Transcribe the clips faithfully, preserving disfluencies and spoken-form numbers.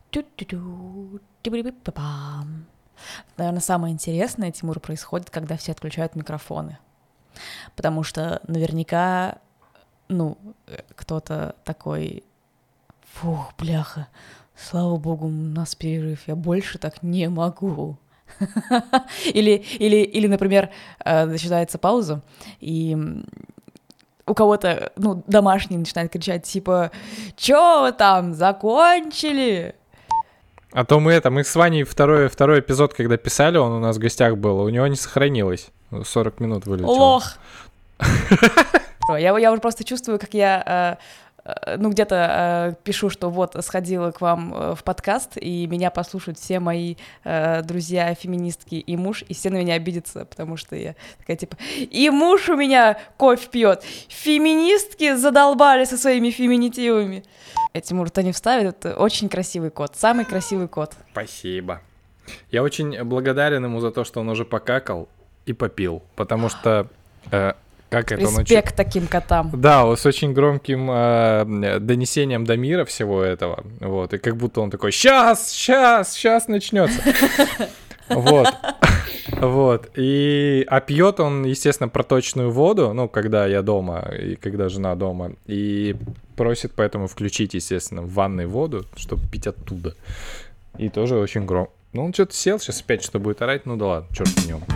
Тю-тю-тю, тибиби-ба-бам. Наверное, самое интересное, Тимур, происходит, когда все отключают микрофоны. Потому что наверняка, ну, кто-то такой: фух, бляха, слава богу, у нас перерыв, я больше так не могу. Или, или, или, например, начинается пауза, и у кого-то, ну, домашний начинает кричать, типа: «Чё вы там, закончили?» А то мы это, мы с Ваней второй, второй эпизод, когда писали, он у нас в гостях был, у него не сохранилось. сорок минут вылетело. Лох! Я, я уже просто чувствую, как я, э, ну, где-то э, пишу, что вот, сходила к вам э, в подкаст, и меня послушают все мои э, друзья, феминистки и муж, и все на меня обидятся, потому что я такая, типа: и муж у меня кофе пьет, феминистки задолбали со своими феминитивами. Тимур, ты не вставит, это очень красивый кот, самый красивый кот. Спасибо. Я очень благодарен ему за то, что он уже покакал и попил, потому что... Э, как это? Респект таким котам. Да, с очень громким э, донесением до мира всего этого, вот, и как будто он такой: сейчас, сейчас, сейчас начнется. Вот. Вот. И, а пьет он, естественно, проточную воду, ну, когда я дома, и когда жена дома, и просит поэтому включить, естественно, в ванной воду, чтобы пить оттуда. И тоже очень громко. Ну, он что-то сел, сейчас опять что будет орать, ну да ладно, черт с ним.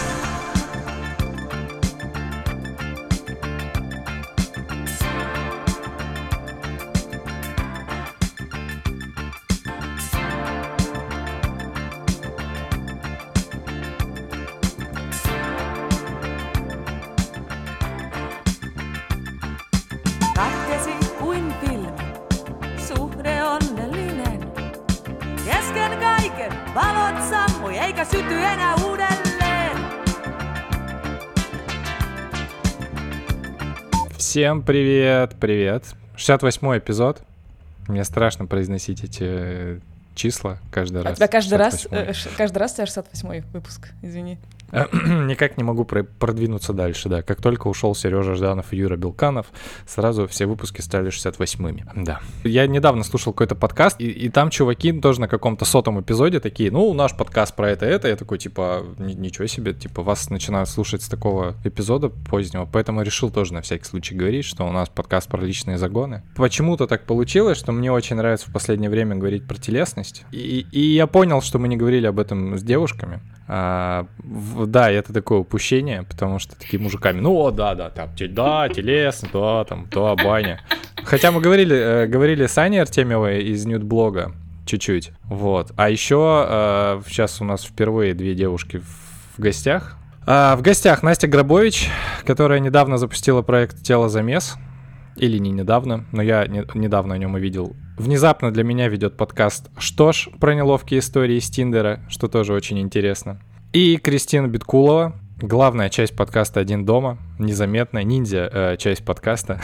Всем привет, привет. шестьдесят восьмой эпизод. Мне страшно произносить эти числа каждый раз. А тебя каждый раз, э, каждый раз у тебя шестьдесят восьмой выпуск, извини. Никак не могу продвинуться дальше, да. Как только ушел Сережа Жданов и Юра Белканов, сразу все выпуски стали шестьдесят восьмыми. Да. Я недавно слушал какой-то подкаст, и, и там чуваки тоже на каком-то сотом эпизоде такие: ну, наш подкаст про это, это. Я такой, типа, ничего себе, типа, вас начинают слушать с такого эпизода позднего, поэтому решил тоже на всякий случай говорить, что у нас подкаст про личные загоны. Почему-то так получилось, что мне очень нравится в последнее время говорить про телесность, и, и я понял, что мы не говорили об этом с девушками. А, в, да, это такое упущение, потому что такими мужиками: ну, о, да, да, там, да, телесно, да, там, да, баня. Хотя мы говорили, э, говорили с Аней Артемьевой из Нюд-блога чуть-чуть, вот. А еще э, сейчас у нас впервые две девушки в, в гостях. А, в гостях Настя Грабович, которая недавно запустила проект «Телозамес». Или не недавно, но я не, недавно о нем увидел. Внезапно для меня ведет подкаст «Что ж?» про неловкие истории из Тиндера, что тоже очень интересно. И Кристина Биткулова, главная часть подкаста «Один дома», незаметная ниндзя э, часть подкаста.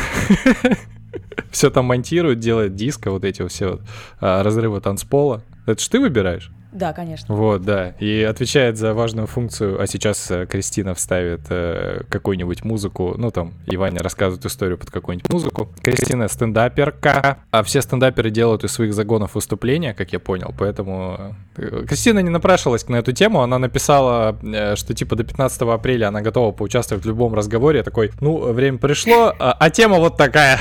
Все там монтирует, делает диско, вот эти все разрывы танцпола. Это ж ты выбираешь? Да, конечно. Вот, да. И отвечает за важную функцию. А сейчас Кристина вставит э, какую-нибудь музыку. Ну, там, и Ваня рассказывает историю под какую-нибудь музыку. Кристина стендаперка. А все стендаперы делают из своих загонов выступления, как я понял. Поэтому Кристина не напрашивалась на эту тему. Она написала, э, что типа до пятнадцатого апреля она готова поучаствовать в любом разговоре. Я такой: ну, время пришло, а, а тема вот такая.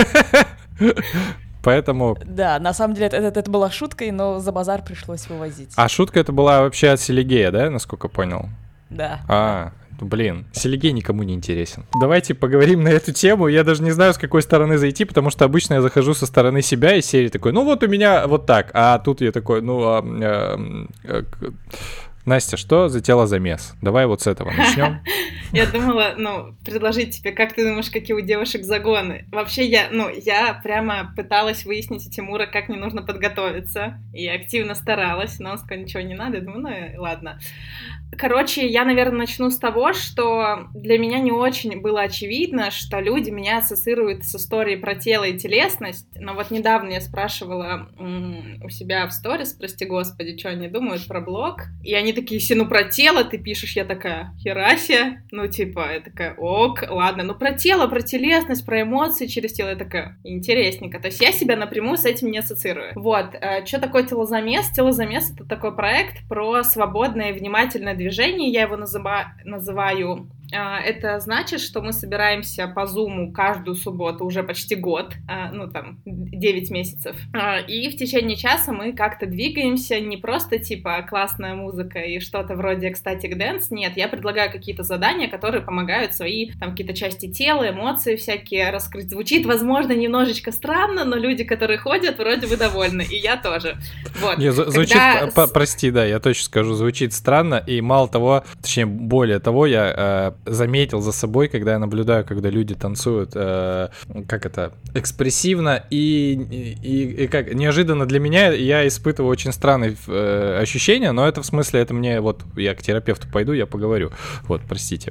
Поэтому... Да, на самом деле это, это, это была шуткой, но за базар пришлось вывозить. А шутка это была вообще от Селигея, да, насколько понял? Да. А, блин, Селигей никому не интересен. Давайте поговорим на эту тему. Я даже не знаю, с какой стороны зайти, потому что обычно я захожу со стороны себя из серии такой: ну вот у меня вот так. А тут я такой: ну... А, а, а, Настя, что за телозамес? Давай вот с этого начнем. Я думала, ну, предложить тебе, как ты думаешь, какие у девушек загоны? Вообще, я, ну, я прямо пыталась выяснить у Тимура, как мне нужно подготовиться, и активно старалась, но он сказал: ничего не надо. Я думаю, ну, ладно. Короче, я, наверное, начну с того, что для меня не очень было очевидно, что люди меня ассоциируют с историей про тело и телесность, но вот недавно я спрашивала м- у себя в сторис, прости господи, что они думают про блог, и они такие, все, ну, про тело ты пишешь, я такая, херасе, ну, типа, я такая, ок, ладно, ну, про тело, про телесность, про эмоции через тело, я такая, интересненько, то есть я себя напрямую с этим не ассоциирую. Вот, что такое телозамес? Телозамес — это такой проект про свободное и внимательное движение, я его называ- называю... Это значит, что мы собираемся по Зуму каждую субботу уже почти год, ну там девять месяцев, и в течение часа мы как-то двигаемся, не просто типа классная музыка и что-то вроде Ecstatic Dance, нет, я предлагаю какие-то задания, которые помогают свои там какие-то части тела, эмоции всякие раскрыть. Звучит, возможно, немножечко странно, но люди, которые ходят, вроде бы довольны, и я тоже. Вот. Не, звучит, Когда... прости, да, я точно скажу, звучит странно, и мало того, точнее, более того, я заметил за собой, когда я наблюдаю, когда люди танцуют, э, как это, экспрессивно и, и, и как неожиданно для меня, я испытываю очень странные э, ощущения, но это в смысле, это мне, вот, я к терапевту пойду, я поговорю. Вот, простите.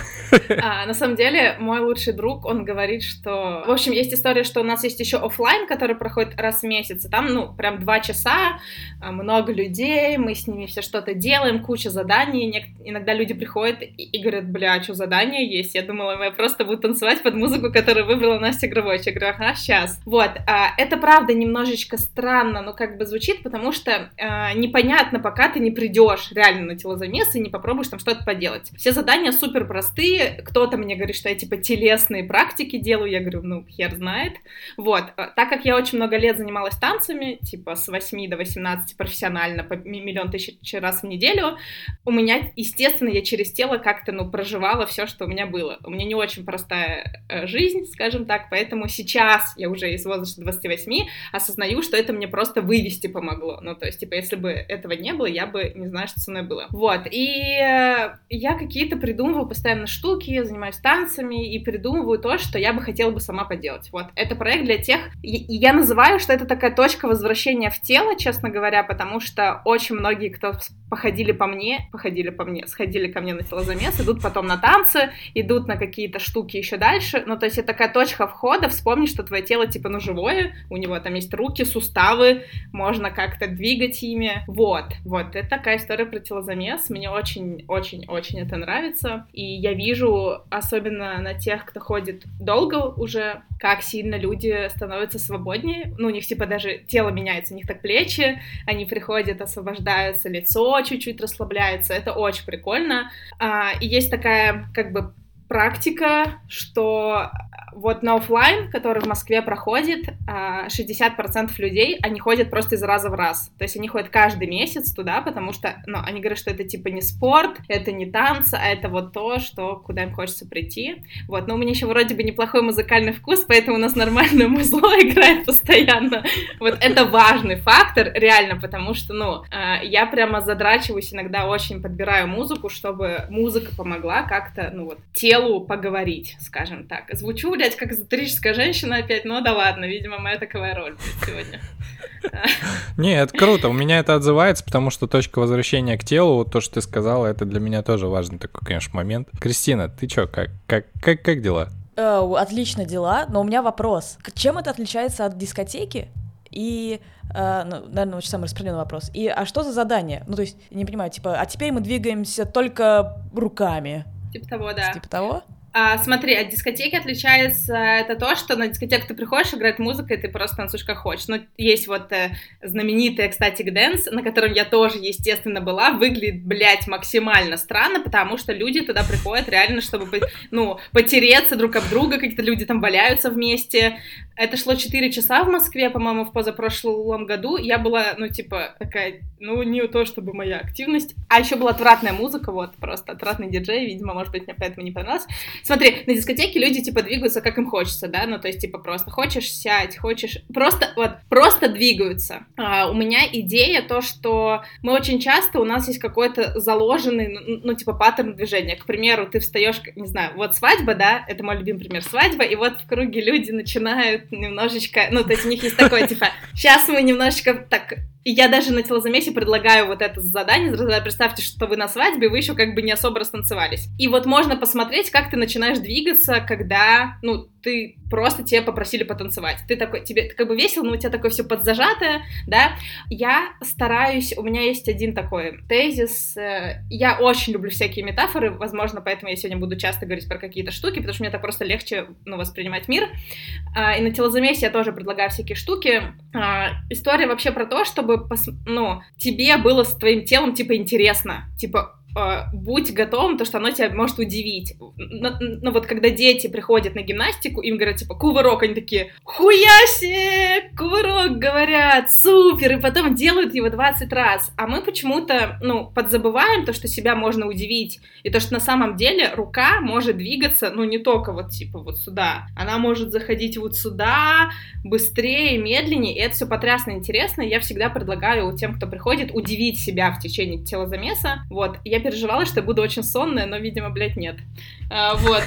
А, на самом деле, мой лучший друг, он говорит, что... В общем, есть история, что у нас есть еще офлайн, который проходит раз в месяц, и там, ну, прям два часа, много людей, мы с ними все что-то делаем, куча заданий, Нек... иногда люди приходят и, и говорят, бля, что задание есть? Я думала, я просто буду танцевать под музыку, которую выбрала Настя Грабович. Я говорю, ага, сейчас. Вот, а, это правда немножечко странно, ну, как бы звучит, потому что а, непонятно, пока ты не придешь реально на телозамес и не попробуешь там что-то поделать. Все задания супер простые. Кто-то мне говорит, что я, типа, телесные практики делаю, я говорю, ну, хер знает. Вот, так как я очень много лет занималась танцами, типа, с восьми до восемнадцати профессионально, по миллион тысяч раз в неделю, у меня, естественно, я через тело как-то, ну, проживала все, что у меня было. У меня не очень простая жизнь, скажем так, поэтому сейчас я уже из возраста двадцати восьми осознаю, что это мне просто вывести помогло. Ну, то есть, типа, если бы этого не было, я бы не знаю, что со мной было. Вот, и я какие-то придумываю постоянно штуки, я занимаюсь танцами и придумываю то, что я бы хотела бы сама поделать. Вот, это проект для тех... И я называю, что это такая точка возвращения в тело, честно говоря, потому что очень многие, кто походили по мне, походили по мне, сходили ко мне на телозамес, идут потом на танцы, идут на какие-то штуки еще дальше. Ну, то есть это такая точка входа, вспомни, что твое тело, типа, ну, живое, у него там есть руки, суставы, можно как-то двигать ими. Вот, вот, это такая история про телозамес. Мне очень-очень-очень это нравится, и я вижу, особенно на тех, кто ходит долго уже, как сильно люди становятся свободнее. Ну, у них, типа, даже тело меняется, у них так плечи, они приходят, освобождаются, лицо чуть-чуть расслабляется, это очень прикольно. А, и есть такая, как бы, практика, что вот на офлайн, который в Москве проходит, шестьдесят процентов людей, они ходят просто из раза в раз. То есть они ходят каждый месяц туда, потому что, ну, они говорят, что это типа не спорт, это не танцы, а это вот то, что, куда им хочется прийти. Вот, но у меня еще вроде бы неплохой музыкальный вкус, поэтому у нас нормальное музло играет постоянно. Вот это важный фактор, реально, потому что, ну, я прямо задрачиваюсь иногда, очень подбираю музыку, чтобы музыка помогла как-то, ну вот, телу поговорить, скажем так. Звучу, блядь, как эзотерическая женщина опять, но да ладно, видимо, моя таковая роль сегодня. Не, это круто, у меня это отзывается, потому что точка возвращения к телу, вот то, что ты сказала, это для меня тоже важный такой, конечно, момент. Кристина, ты чё, как, как, как, как дела? Отлично дела, но у меня вопрос. Чем это отличается от дискотеки? И, э, ну, наверное, очень самый распространенный вопрос. И, а что за задание? Ну, то есть, не понимаю, типа, а теперь мы двигаемся только руками. Типа того, да. Типа того? А, смотри, от дискотеки отличается это то, что на дискотеку ты приходишь, играет музыка, и ты просто танцуешь как хочешь. Ну, есть вот э, знаменитый Ecstatic Dance, на котором я тоже, естественно, была, выглядит, блядь, максимально странно, потому что люди туда приходят реально, чтобы, ну, потереться друг об друга, какие-то люди там валяются вместе. Это шло четыре часа в Москве, по-моему, в позапрошлом году. Я была, ну, типа, такая, ну, не то чтобы моя активность. А еще была отвратная музыка, вот, просто отвратный диджей, видимо, может быть, мне поэтому не понравилось. Смотри, на дискотеке люди, типа, двигаются, как им хочется, да, ну, то есть, типа, просто хочешь сядь, хочешь... Просто, вот, просто двигаются. А, у меня идея то, что мы очень часто, у нас есть какой-то заложенный, ну, ну, типа, паттерн движения. К примеру, ты встаешь, не знаю, вот свадьба, да, это мой любимый пример, свадьба, и вот в круге люди начинают немножечко, ну, то есть у них есть такое, типа, сейчас мы немножечко так И я даже на телозамесе предлагаю вот это задание. Представьте, что вы на свадьбе, вы еще как бы не особо растанцевались. И вот можно посмотреть, как ты начинаешь двигаться, когда, ну, ты просто тебя попросили потанцевать. Ты такой, тебе как бы весело, но у тебя такое все подзажатое, да. Я стараюсь, у меня есть один такой тезис. Я очень люблю всякие метафоры, возможно, поэтому я сегодня буду часто говорить про какие-то штуки, потому что мне так просто легче, ну, воспринимать мир. И на телозамесе я тоже предлагаю всякие штуки. История вообще про то, чтобы, пос... ну, тебе было с твоим телом, типа, интересно, типа, будь готовым, то, что оно тебя может удивить. Ну, ну, вот когда дети приходят на гимнастику, им говорят, типа, кувырок, они такие, хуя себе, кувырок, говорят, супер, и потом делают его двадцать раз. А мы почему-то, ну, подзабываем то, что себя можно удивить, и то, что на самом деле рука может двигаться, ну, не только вот, типа, вот сюда, она может заходить вот сюда, быстрее, медленнее, и это все потрясно интересно, и я всегда предлагаю тем, кто приходит, удивить себя в течение телозамеса, вот, я переживала, что я буду очень сонная, но, видимо, блядь, нет. А, вот.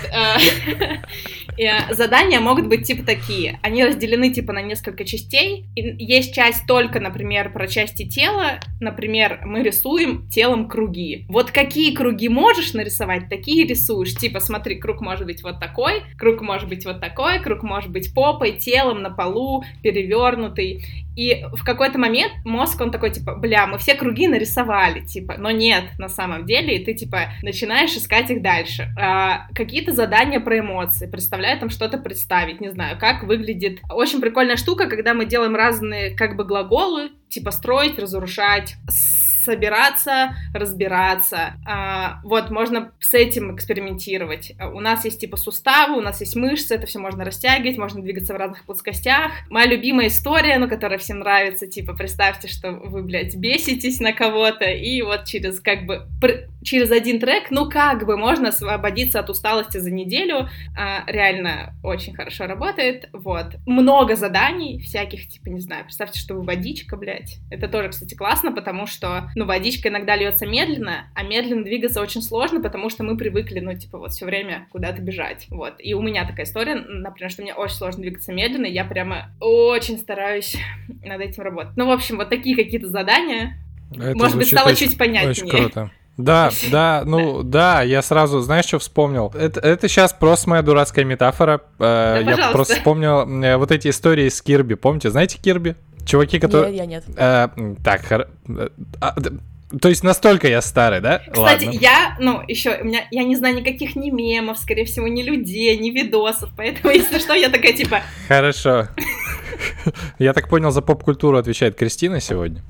Задания могут быть типа такие. Они разделены типа на несколько частей. Есть часть только, например, про части тела. Например, мы рисуем телом круги. Вот какие круги можешь нарисовать, такие рисуешь. Типа, смотри, круг может быть вот такой, круг может быть вот такой, круг может быть попой, телом на полу, перевернутый. И в какой-то момент мозг, он такой, типа, бля, мы все круги нарисовали, типа, но нет, на самом деле, и ты, типа, начинаешь искать их дальше. А, какие-то задания про эмоции, представляю, там что-то представить, не знаю, как выглядит. Очень прикольная штука, когда мы делаем разные, как бы, глаголы, типа, строить, разрушать, собираться, разбираться. А, вот, можно с этим экспериментировать. У нас есть, типа, суставы, у нас есть мышцы, это все можно растягивать, можно двигаться в разных плоскостях. Моя любимая история, ну, которая всем нравится, типа, представьте, что вы, блядь, беситесь на кого-то, и вот через, как бы, пр- через один трек, ну, как бы, можно освободиться от усталости за неделю. А, реально очень хорошо работает, вот. Много заданий всяких, типа, не знаю, представьте, что вы водичка, блядь. Это тоже, кстати, классно, потому что ну, водичка иногда льется медленно, а медленно двигаться очень сложно, потому что мы привыкли, ну, типа, вот все время куда-то бежать, вот. И у меня такая история, например, что мне очень сложно двигаться медленно, и я прямо очень стараюсь над этим работать. Ну, в общем, вот такие какие-то задания. Это может быть, стало очень, чуть понятнее. Очень круто. Да, да, ну да, я сразу, знаешь, что вспомнил? Это, это сейчас просто моя дурацкая метафора. Да, я пожалуйста. Просто вспомнил вот эти истории с Кирби. Помните, знаете Кирби? Чуваки, которые... Нет, я нет. А, так, хор... а, то есть настолько я старый, да? Кстати, Ладно. я, ну, еще, у меня, я не знаю никаких ни мемов, скорее всего, ни людей, ни видосов, поэтому, если что, я такая, типа... Хорошо. Я так понял, за поп-культуру отвечает Кристина сегодня.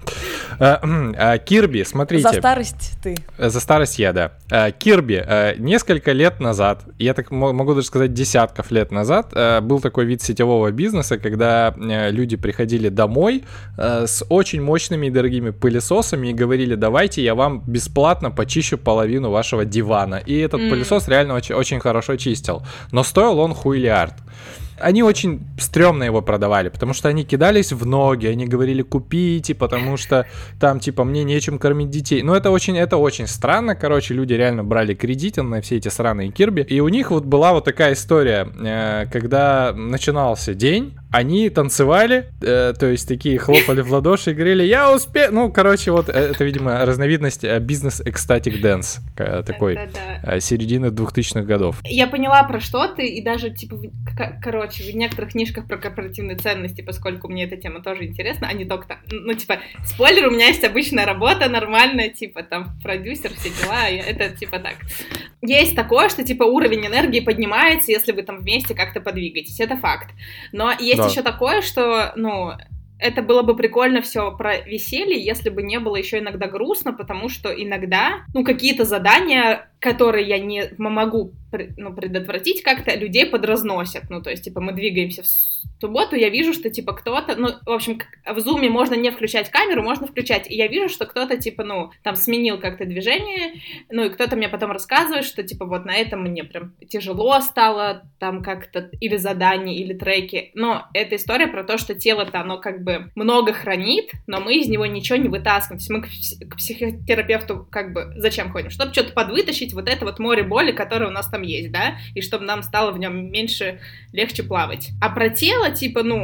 Кирби, смотрите. За старость ты. За старость я, да. Кирби, несколько лет назад, я так могу даже сказать десятков лет назад, был такой вид сетевого бизнеса, когда люди приходили домой с очень мощными и дорогими пылесосами и говорили, давайте я вам бесплатно почищу половину вашего дивана. И этот mm. пылесос реально очень, очень хорошо чистил. Но стоил он хуйлиард. Они очень стрёмно его продавали, потому что они кидались в ноги, они говорили купите, потому что там типа мне нечем кормить детей. Но это очень, это очень странно, короче, люди реально брали кредит на все эти сраные Кирби. И у них вот была вот такая история, когда начинался день, они танцевали, э, то есть такие хлопали в ладоши и говорили, я успею. Ну, короче, вот это, видимо, разновидность бизнес экстатик дэнс, такой Да-да-да. середины двухтысячных годов. Я поняла, про что ты, и даже, типа, к- короче, в некоторых книжках про корпоративные ценности, поскольку мне эта тема тоже интересна, а не только там, ну, типа, спойлер, у меня есть обычная работа нормальная, типа, там, продюсер, все дела, и это, типа, так. Есть такое, что, типа, уровень энергии поднимается, если вы там вместе как-то подвигаетесь, это факт. Но есть Да. еще такое, что, ну, это было бы прикольно все про веселье, если бы не было еще иногда грустно, потому что иногда, ну, какие-то задания, которые я не могу, ну, предотвратить как-то, людей подразносят. Ну, то есть, типа, мы двигаемся в субботу, я вижу, что, типа, кто-то, ну, в общем, в зуме можно не включать камеру, можно включать, и я вижу, что кто-то, типа, ну, там, сменил как-то движение, ну, и кто-то мне потом рассказывает, что, типа, вот на этом мне прям тяжело стало, там, как-то, или задания, или треки, но эта история про то, что тело-то, оно, как бы, много хранит, но мы из него ничего не вытаскиваем, то есть мы к, пси- к психотерапевту, как бы, зачем ходим? Чтобы что-то подвытащить, вот это вот море боли, которое у нас там есть, да, и чтобы нам стало в нем меньше, легче плавать. А про тело, типа, ну,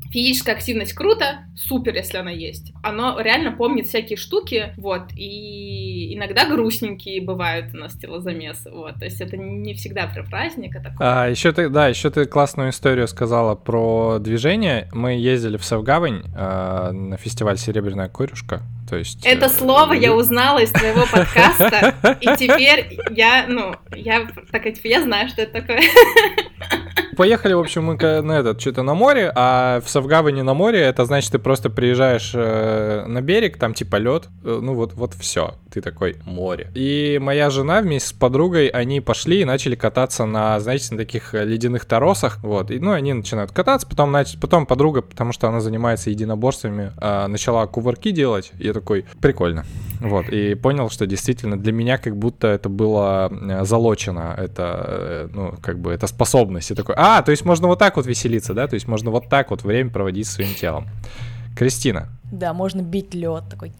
физическая активность круто, супер, если она есть. Оно реально помнит всякие штуки, вот, и иногда грустненькие бывают у нас телозамесы, вот, то есть это не всегда про праздник, а такое. А, еще ты, да, еще ты классную историю сказала про движение. Мы ездили в Севгавань э, на фестиваль «Серебряная корюшка». То есть, это э, слово э, я узнала из твоего подкаста, и теперь я, ну, я такая, типа, я знаю, что это такое. Поехали, в общем, мы на этот, что-то на море, а в Севгавани на море, это значит, ты просто приезжаешь э, на берег, там типа лед, э, ну вот, вот все, ты такой, море. И моя жена вместе с подругой, они пошли и начали кататься на, знаете, на таких ледяных торосах, вот, и, ну, они начинают кататься, потом, нач... потом подруга, потому что она занимается единоборствами, э, начала кувырки делать, и я такой, прикольно, вот, и понял, что действительно для меня как будто это было залочено, это, э, ну, как бы, это способность, и такой, а, то есть можно вот так вот веселиться, да? То есть можно вот так вот время проводить своим телом. Кристина. Да, можно бить лед такой.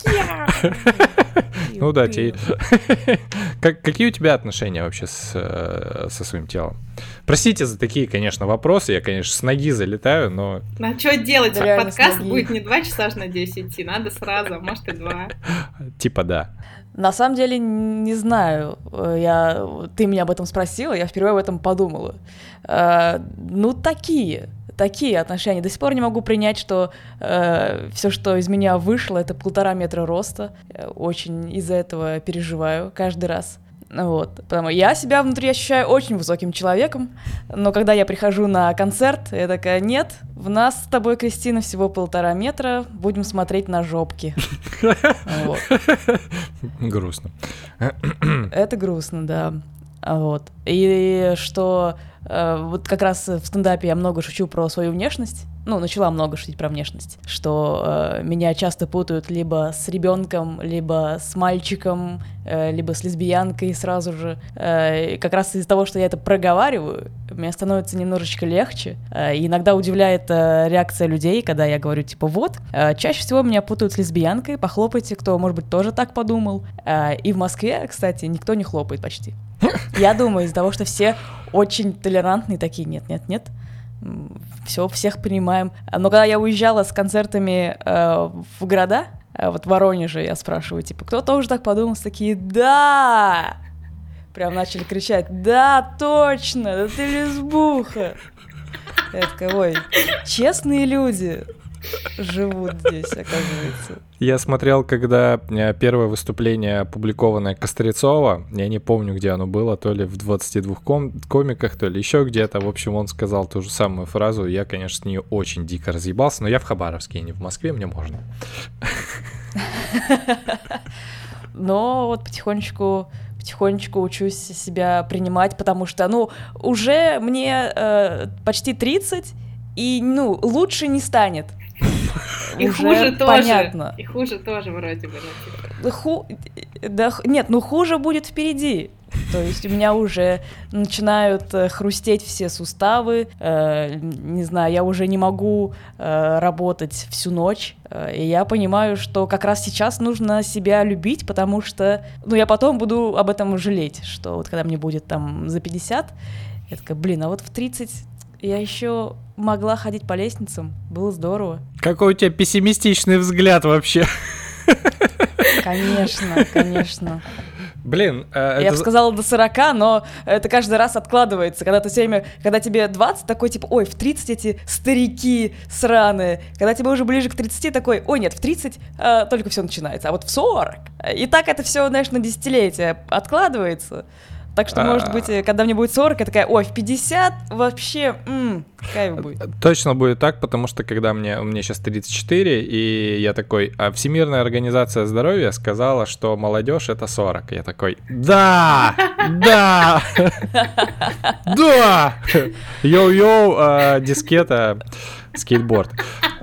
Ну да, тебе... Какие у тебя отношения вообще со своим телом? Простите за такие, конечно, вопросы. Я, конечно, с ноги залетаю, но... Ну, а что делать? Подкаст будет не два часа аж на десять идти, надо сразу, а может и два. Типа да. На самом деле, не знаю. Я... Ты меня об этом спросила, я впервые об этом подумала. Ну, такие... Такие отношения. До сих пор не могу принять, что э, все, что из меня вышло, это полтора метра роста. Очень из-за этого переживаю каждый раз. Вот. Потому я себя внутри ощущаю очень высоким человеком, но когда я прихожу на концерт, я такая, нет, в нас с тобой, Кристина, всего полтора метра, будем смотреть на жопки. Грустно. Это грустно, да. Вот. И что э, вот как раз в стендапе я много шучу про свою внешность, ну, начала много шутить про внешность, что э, меня часто путают либо с ребенком, либо с мальчиком, э, либо с лесбиянкой сразу же. Э, и как раз из-за того, что я это проговариваю, мне становится немножечко легче. Э, и иногда удивляет э, реакция людей, когда я говорю, типа, вот, э, чаще всего меня путают с лесбиянкой, похлопайте, кто, может быть, тоже так подумал. Э, и в Москве, кстати, никто не хлопает почти. Я думаю, из-за того, что все очень толерантные, такие, нет-нет-нет, все, всех принимаем. Но когда я уезжала с концертами э, в города, э, вот в Воронеже, я спрашиваю, типа, кто тоже так подумал? Такие, да! Прям начали кричать, да, точно, да ты лесбуха. Я такая, ой, честные люди живут здесь, оказывается. Я смотрел, когда первое выступление, опубликованное Кострецова, я не помню, где оно было, то ли в двадцати двух ком- комиках, то ли еще где-то. В общем, он сказал ту же самую фразу. Я, конечно, с нее очень дико разъебался, но я в Хабаровске, а не в Москве, мне можно. Но вот потихонечку... потихонечку учусь себя принимать, потому что, ну, уже мне э, почти тридцать, и, ну, лучше не станет. И уже хуже понятно. тоже. И хуже тоже вроде бы. Ху... Да, нет, ну хуже будет впереди. То есть у меня уже начинают хрустеть все суставы, э, не знаю, я уже не могу э, работать всю ночь, э, и я понимаю, что как раз сейчас нужно себя любить, потому что, ну, я потом буду об этом жалеть, что вот когда мне будет там за пятьдесят, я такая, блин, а вот в тридцать я еще могла ходить по лестницам, было здорово. Какой у тебя пессимистичный взгляд вообще. Конечно, конечно. Блин, э, я это... бы сказала до сорока, но это каждый раз откладывается. Когда ты все время, когда тебе двадцать, такой типа, ой, в тридцать эти старики сраные. Когда тебе уже ближе к тридцати, такой, ой, нет, в тридцать э, только все начинается, а вот в сорок. И так это все, знаешь, на десятилетия откладывается. Так что, может быть, когда мне будет сорок, я такая, ой, в пятьдесят вообще, м-м, кайф будет. Точно будет так, потому что когда мне, мне сейчас тридцать четыре, и я такой, а Всемирная организация здоровья сказала, что молодежь это сорок. Я такой, да, да, да, йоу-йоу, дискета, скейтборд.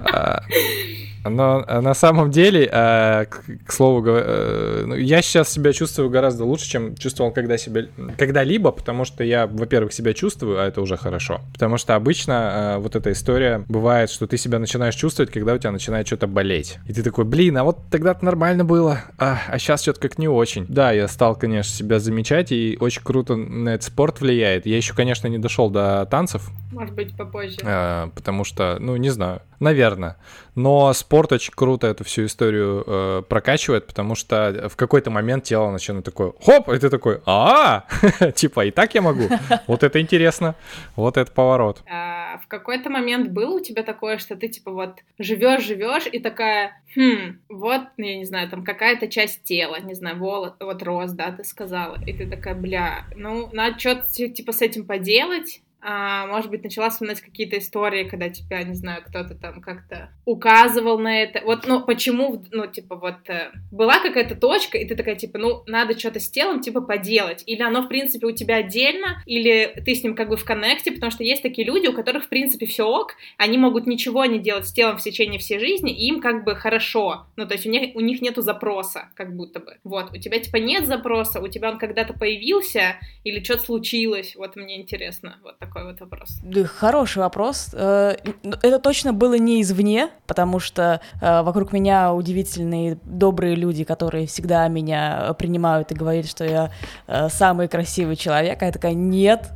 Но на самом деле, э, к, к слову, э, я сейчас себя чувствую гораздо лучше, чем чувствовал когда себя, когда-либо, потому что я, во-первых, себя чувствую, а это уже хорошо. Потому что обычно э, вот эта история бывает, что ты себя начинаешь чувствовать, когда у тебя начинает что-то болеть. И ты такой, блин, а вот тогда-то нормально было, а, а сейчас что-то как не очень. Да, я стал, конечно, себя замечать, и очень круто на этот спорт влияет. Я еще, конечно, не дошел до танцев, Может быть, попозже. Э, потому что, ну, не знаю, наверное. Но спорт очень круто эту всю историю э, прокачивает, потому что в какой-то момент тело начинает такое, хоп, и ты такой, а типа, и так я могу. Вот это интересно. Вот это поворот. А в какой-то момент было у тебя такое, что ты, типа, вот живешь, живешь и такая, хм, вот, я не знаю, там какая-то часть тела, не знаю, волос, вот рост, да, ты сказала, и ты такая, бля, ну, надо что-то, типа, с этим поделать. А, может быть, начала вспоминать какие-то истории, когда тебя, не знаю, кто-то там как-то указывал на это. Вот, ну, почему, ну, типа, вот, э, была какая-то точка, и ты такая, типа, ну, надо что-то с телом, типа, поделать. Или оно, в принципе, у тебя отдельно, или ты с ним как бы в коннекте, потому что есть такие люди, у которых, в принципе, все ок, они могут ничего не делать с телом в течение всей жизни, и им как бы хорошо. Ну, то есть у них, у них нету запроса, как будто бы. Вот, у тебя, типа, нет запроса, у тебя он когда-то появился, или что-то случилось. Вот мне интересно, вот такой вот вопрос. Да, хороший вопрос. Это точно было не извне, потому что вокруг меня удивительные, добрые люди, которые всегда меня принимают и говорят, что я самый красивый человек. А я такая, нет,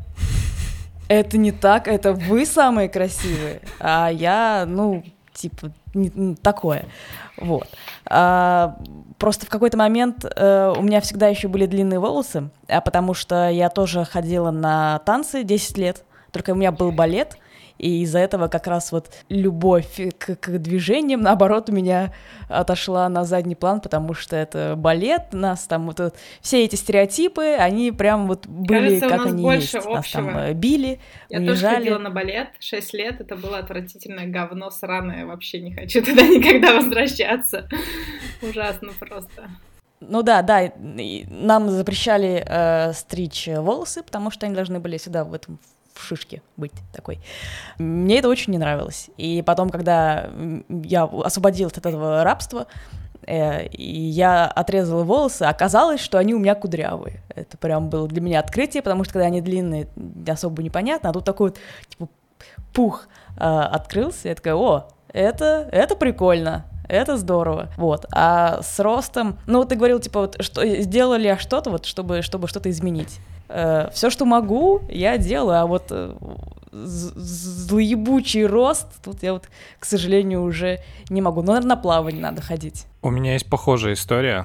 это не так, это вы самые красивые, а я, ну, типа, не, такое. Вот. А, просто в какой-то момент э, у меня всегда еще были длинные волосы, а потому что я тоже ходила на танцы десять лет, только у меня был балет, и из-за этого как раз вот любовь к, к движениям, наоборот, у меня отошла на задний план, потому что это балет, нас там вот, вот все эти стереотипы, они прям вот были, кажется, как они есть. Общего. Нас там били, Я унижали. тоже ходила на балет шесть лет, это было отвратительное говно сраное, вообще не хочу туда никогда возвращаться. Ужасно просто. Ну да, да, нам запрещали э, стричь волосы, потому что они должны были всегда в этом в шишке быть такой. Мне это очень не нравилось. И потом, когда я освободилась от этого рабства, э, и я отрезала волосы, оказалось, что они у меня кудрявые. Это прям было для меня открытие, потому что когда они длинные, особо непонятно, а тут такой вот типа пух э, открылся, я такая, о, это, это прикольно. Это здорово, вот. А с ростом, ну вот ты говорил, типа, вот, что сделала ли я что-то, вот, чтобы, чтобы что-то изменить. Э, все, что могу, я делаю, а вот э, злоебучий рост, тут я вот, к сожалению, уже не могу. Но, наверное, на плавание надо ходить. У меня есть похожая история.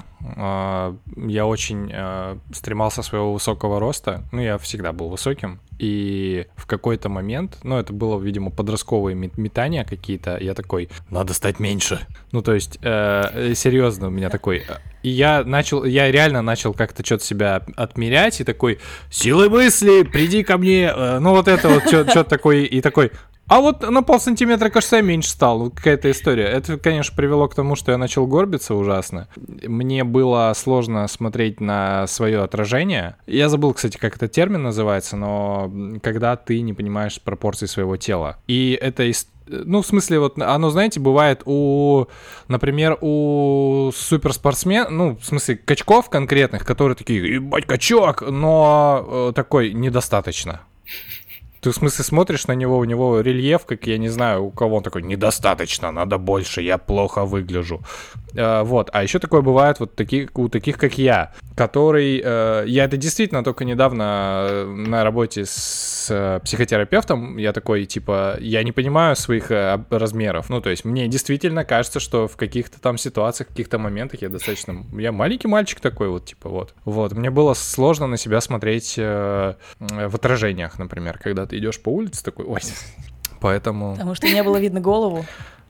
Я очень стремался своего высокого роста. Ну, я всегда был высоким. И в какой-то момент, ну, это было, видимо, подростковые метания какие-то, я такой, надо стать меньше. Ну, то есть, э, серьезно, у меня такой... И я начал, я реально начал как-то что-то себя отмерять, и такой, силой мысли, приди ко мне, ну, вот это вот, что-то такое, и такой... А вот на полсантиметра, кажется, я меньше стал. Вот какая-то история. Это, конечно, привело к тому, что я начал горбиться ужасно. Мне было сложно смотреть на свое отражение. Я забыл, кстати, как этот термин называется, но когда ты не понимаешь пропорции своего тела. И это история. Ну, в смысле, вот оно, знаете, бывает у, например, у суперспортсменов, ну, в смысле, качков конкретных, которые такие, ебать, качок, но э, такой недостаточно. Ты, в смысле, смотришь на него, у него рельеф, как, я не знаю, у кого он такой, недостаточно, надо больше, я плохо выгляжу. Э, вот, а еще такое бывает вот таких, у таких, как я, который, э, я это действительно только недавно на работе с э, психотерапевтом, я такой, типа, я не понимаю своих э, размеров, ну, то есть мне действительно кажется, что в каких-то там ситуациях, в каких-то моментах я достаточно, я маленький мальчик такой вот, типа, вот, вот, мне было сложно на себя смотреть э, в отражениях, например, когда ты идешь по улице, такой, ой, поэтому... Потому что не было видно голову.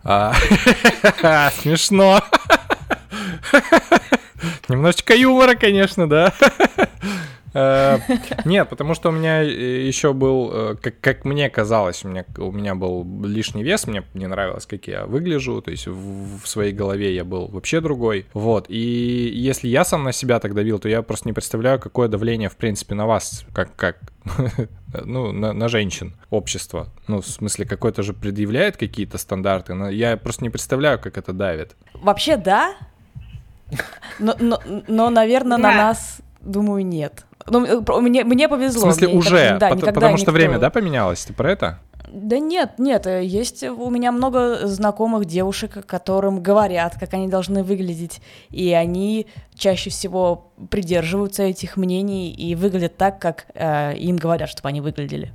Смешно. Немножечко юмора, конечно, да. Нет, потому что у меня еще был, как, как мне казалось, у меня, у меня был лишний вес, мне не нравилось, как я выгляжу, то есть в, в своей голове я был вообще другой, вот, и если я сам на себя так давил, то я просто не представляю, какое давление, в принципе, на вас, как, как ну, на, на женщин, общество, ну, в смысле, какое-то же предъявляет какие-то стандарты, но я просто не представляю, как это давит. Вообще, да, но, но, но наверное, да. На нас, думаю, нет. Ну, мне, мне повезло. В смысле, мне уже? Никогда, Потому, никогда потому что никто... время, да, поменялось? Ты про это? Да нет, нет. Есть у меня много знакомых девушек, которым говорят, как они должны выглядеть, и они чаще всего придерживаются этих мнений и выглядят так, как э, им говорят, чтобы они выглядели.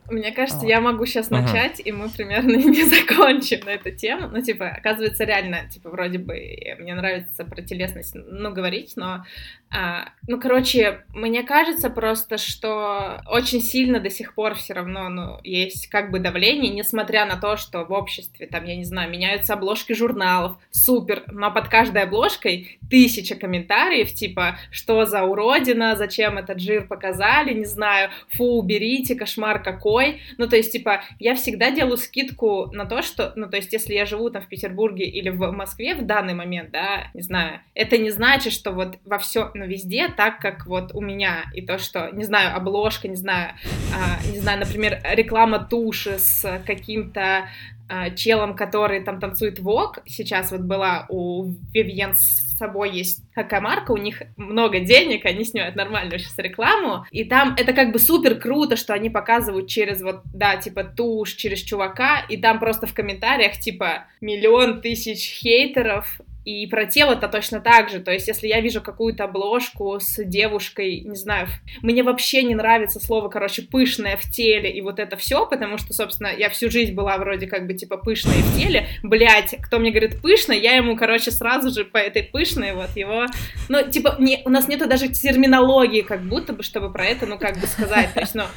Мне кажется, Вот. я могу сейчас Ага. начать, и мы примерно не закончим на эту тему. Ну, типа, оказывается, реально, типа, вроде бы мне нравится про телесность, ну, говорить, но, а, ну, короче, мне кажется просто, что очень сильно до сих пор все равно, ну, есть как бы давление, несмотря на то, что в обществе, там, я не знаю, меняются обложки журналов, супер, но под каждой обложкой тысяча комментариев, типа, что за уродина, зачем этот жир показали, не знаю, фу, уберите, кошмар какой. Ну, то есть, типа, я всегда делаю скидку на то, что, ну, то есть, если я живу там в Петербурге или в Москве в данный момент, да, не знаю, это не значит, что вот во все, ну, везде так, как вот у меня, и то, что, не знаю, обложка, не знаю, а, не знаю, например, реклама туши с каким-то а, челом, который там танцует вок, сейчас вот была у Вивьен с собой есть такая марка, у них много денег, они снимают нормальную сейчас рекламу, и там это как бы супер круто, что они показывают через вот, да, типа тушь, через чувака, и там просто в комментариях типа миллион тысяч хейтеров. И про тело-то точно так же. То есть, если я вижу какую-то обложку с девушкой, не знаю, мне вообще не нравится слово, короче, пышное в теле и вот это все, потому что, собственно, я всю жизнь была вроде как бы типа пышная в теле. Блять, кто мне говорит пышно, я ему, короче, сразу же по этой пышной вот его... Ну, типа, не, у нас нету даже терминологии как будто бы, чтобы про это, ну, как бы сказать. То есть, ну...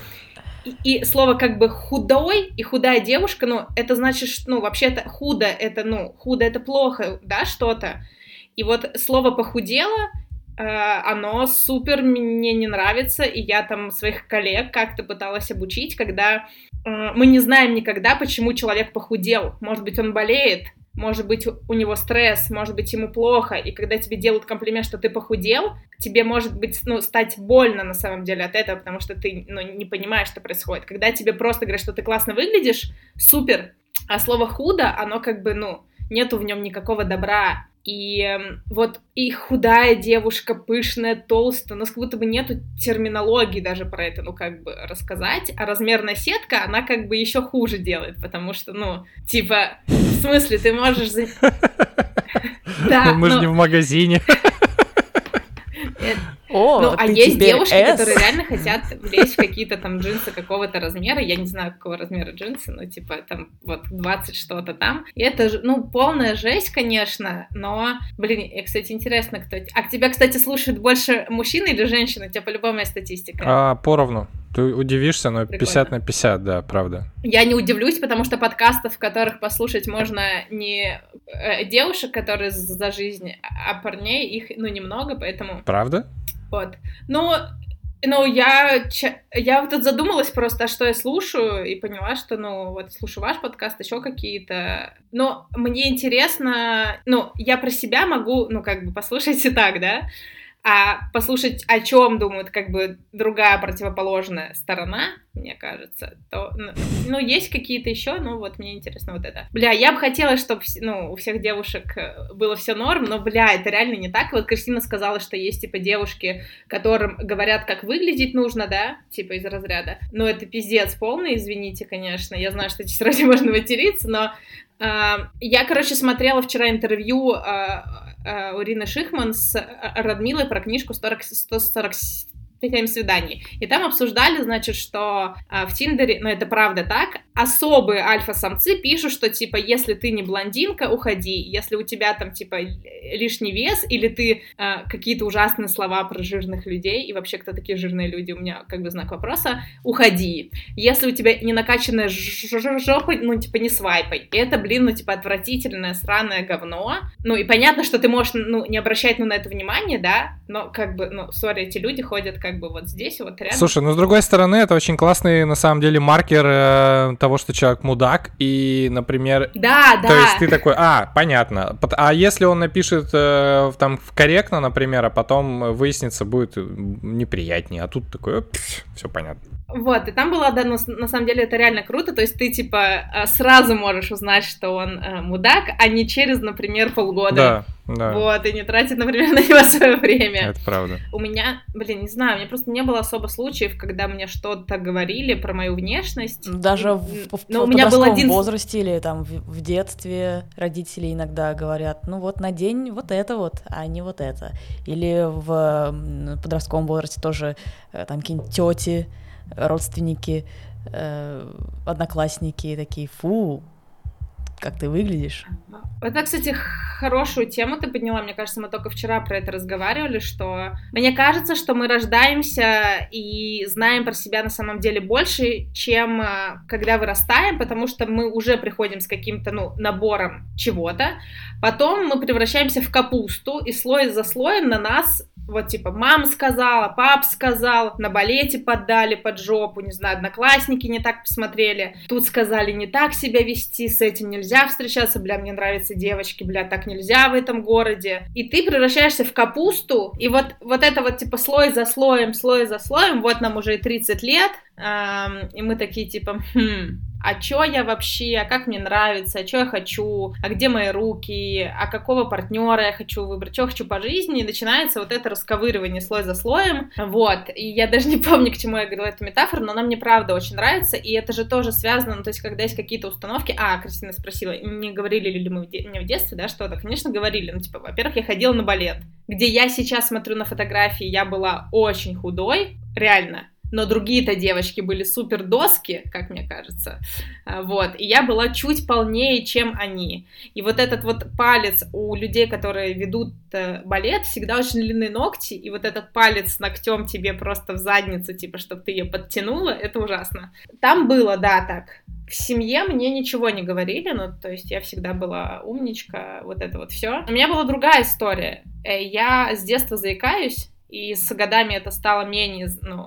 И, и слово как бы худой и худая девушка, ну, это значит, что, ну, вообще-то худо, это, ну, худо это плохо, да, что-то. И вот слово похудела, э, оно супер мне не нравится, и я там своих коллег как-то пыталась обучить, когда э, мы не знаем никогда, почему человек похудел. Может быть, он болеет, может быть, у него стресс, может быть, ему плохо, и когда тебе делают комплимент, что ты похудел, тебе может быть, ну, стать больно на самом деле от этого, потому что ты, ну, не понимаешь, что происходит. Когда тебе просто говорят, что ты классно выглядишь, супер, а слово «худо», оно как бы, ну, нету в нем никакого добра. И э, вот и худая девушка, пышная, толстая, у нас как будто бы нету терминологии даже про это, ну, как бы рассказать, а размерная сетка, она как бы еще хуже делает, потому что, ну, типа, в смысле, ты можешь... Да, мы же не в магазине. О, ну, а ты есть девушки, S. которые реально хотят влезть в какие-то там джинсы какого-то размера, я не знаю, какого размера джинсы, но типа там вот двадцать что-то там, и это, ну, полная жесть, конечно, но, блин, и, кстати, интересно, кто... А тебя, кстати, слушают больше мужчины или женщины? У тебя по-любому есть статистика. А, поровну. Ты удивишься, но Прикольно. пятьдесят на пятьдесят, да, правда. Я не удивлюсь, потому что подкастов, в которых послушать можно не э, девушек, которые за жизнь, а парней, их, ну, немного, поэтому... Правда? Вот. Ну, ну я, я вот тут задумалась просто, что я слушаю, и поняла, что, ну, вот слушаю ваш подкаст, еще какие-то... Но мне интересно... Ну, я про себя могу, ну, как бы послушать и так, да? А послушать, о чем думает как бы другая противоположная сторона, мне кажется, то, ну, ну есть какие-то еще, ну, вот мне интересно вот это. Бля, я бы хотела, чтобы, ну, у всех девушек было все норм, но, бля, это реально не так. Вот Кристина сказала, что есть, типа, девушки, которым говорят, как выглядеть нужно, да, типа, из разряда. Ну, это пиздец полный, извините, конечно. Я знаю, что здесь вроде можно материться, но Uh, я, короче, смотрела вчера интервью uh, uh, у Ирины Шихман с Радмилой про книжку сто сорок семь свиданий. И там обсуждали, значит, что uh, в Тиндере, ну это правда так, особые альфа-самцы пишут, что, типа, если ты не блондинка, уходи. Если у тебя там, типа, лишний вес, или ты uh, какие-то ужасные слова про жирных людей, и вообще, кто такие жирные люди, у меня как бы знак вопроса, уходи. Если у тебя не накачанная жопа, ну, типа, не свайпай. И это, блин, ну, типа, отвратительное, сраное говно. Ну, и понятно, что ты можешь, ну, не обращать, ну, на это внимание, да, но, как бы, ну, сори, эти люди ходят, как бы, вот здесь, вот рядом. Слушай, ну, с другой стороны, это очень классный, на самом деле, маркер э, того, что человек мудак, и, например... Да, да. То есть ты такой, а, понятно. А если он напишет э, там корректно, например, а потом выяснится, будет неприятнее, а тут такой, все понятно. Вот, и там было, да, ну, на самом деле это реально круто, то есть ты, типа, сразу можешь узнать, что он э, мудак, а не через, например, полгода. Да, да. Вот, и не тратить, например, на него свое время. Это правда. У меня, блин, не знаю, у меня просто не было особо случаев, когда мне что-то говорили про мою внешность. Даже в, в, Но в у меня был подростковом один... возрасте или там в, в детстве родители иногда говорят, ну вот надень вот это вот, а не вот это. Или в подростковом возрасте тоже там какие-нибудь тети, родственники э, одноклассники такие, фу, как ты выглядишь. Это, кстати, хорошую тему ты подняла. Мне кажется, мы только вчера про это разговаривали, что мне кажется, что мы рождаемся и знаем про себя на самом деле больше, чем когда вырастаем, потому что мы уже приходим с каким-то, ну, набором чего-то. Потом мы превращаемся в капусту, и слой за слоем на нас вот типа мама сказала, пап сказал, на балете поддали под жопу, не знаю, одноклассники не так посмотрели, тут сказали не так себя вести, с этим нельзя встречаться, бля, мне нравятся девочки, бля, так нельзя в этом городе. И ты превращаешься в капусту, и вот, вот это вот типа слой за слоем, слой за слоем, вот нам уже и тридцать лет, эм, и мы такие типа, хм... а чё я вообще, а как мне нравится, а чё я хочу, а где мои руки, а какого партнера я хочу выбрать, чё хочу по жизни, и начинается вот это расковыривание слой за слоем, вот, и я даже не помню, к чему я говорила эту метафору, но она мне правда очень нравится, и это же тоже связано, ну, то есть, когда есть какие-то установки, а, Кристина спросила, не говорили ли мы в де- мне в детстве, да, что-то, конечно, говорили, ну, типа, во-первых, я ходила на балет, где я сейчас смотрю на фотографии, я была очень худой, реально, но другие-то девочки были супер доски, как мне кажется, вот, и я была чуть полнее, чем они, и вот этот вот палец у людей, которые ведут балет, всегда очень длинные ногти, и вот этот палец с ногтем тебе просто в задницу, типа, чтобы ты ее подтянула, это ужасно. Там было, да, так. В семье мне ничего не говорили, ну, то есть я всегда была умничка, вот это вот все. У меня была другая история. Я с детства заикаюсь, и с годами это стало менее, ну,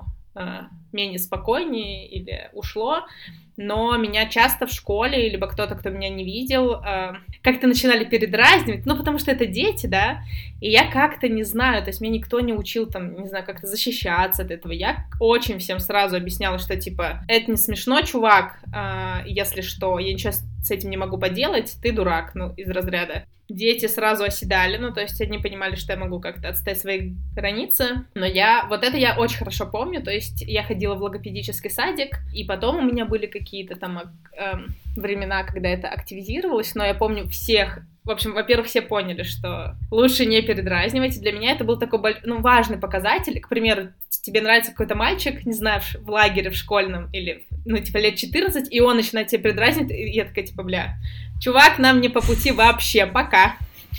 менее спокойнее или ушло, но меня часто в школе, либо кто-то, кто меня не видел, как-то начинали передразнивать, ну, потому что это дети, да, и я как-то не знаю, то есть меня никто не учил, там, не знаю, как-то защищаться от этого, я очень всем сразу объясняла, что, типа, это не смешно, чувак, если что, я ничего с этим не могу поделать, ты дурак, ну, из разряда. Дети сразу оседали, ну, то есть они понимали, что я могу как-то отстоять свои границы, но я, вот это я очень хорошо помню, то есть я ходила в логопедический садик, и потом у меня были какие-то там э, времена, когда это активизировалось, но я помню всех, в общем, во-первых, все поняли, что лучше не передразнивать, и для меня это был такой, ну, важный показатель, к примеру, тебе нравится какой-то мальчик, не знаю, в лагере, в школьном, или, ну, типа, лет четырнадцать, и он начинает тебя передразнивать, и я такая, типа, бля, чувак, нам не по пути вообще, пока.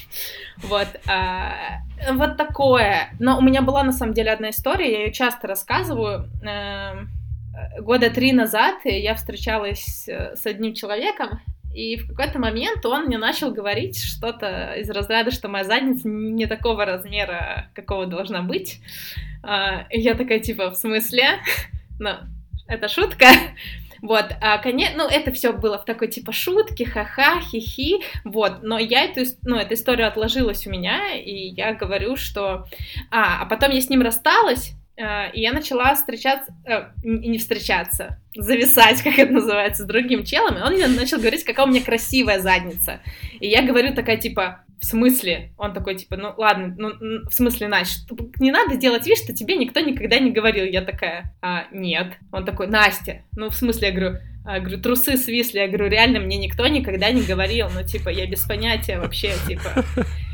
Вот, а, вот такое. Но у меня была, на самом деле, одна история, я ее часто рассказываю. Года три назад я встречалась с одним человеком, и в какой-то момент он мне начал говорить что-то из разряда, что моя задница не такого размера, какого должна быть. И я такая, типа, в смысле? Ну, это шутка. Вот, а, конечно, ну, это все было в такой, типа, шутке, ха-ха, хи-хи, вот, но я эту, ну, эта история отложилась у меня, и я говорю, что... А, а потом я с ним рассталась, э, и я начала встречаться, э, не встречаться, зависать, как это называется, с другим челом, и он мне начал говорить, какая у меня красивая задница, и я говорю такая, типа... В смысле? Он такой, типа, ну ладно, ну в смысле, Настя, не надо делать вид, что тебе никто никогда не говорил. Я такая, а, нет. Он такой, Настя, ну в смысле, я говорю, я говорю, трусы свисли, я говорю, реально, мне никто никогда не говорил, ну типа, я без понятия вообще, типа.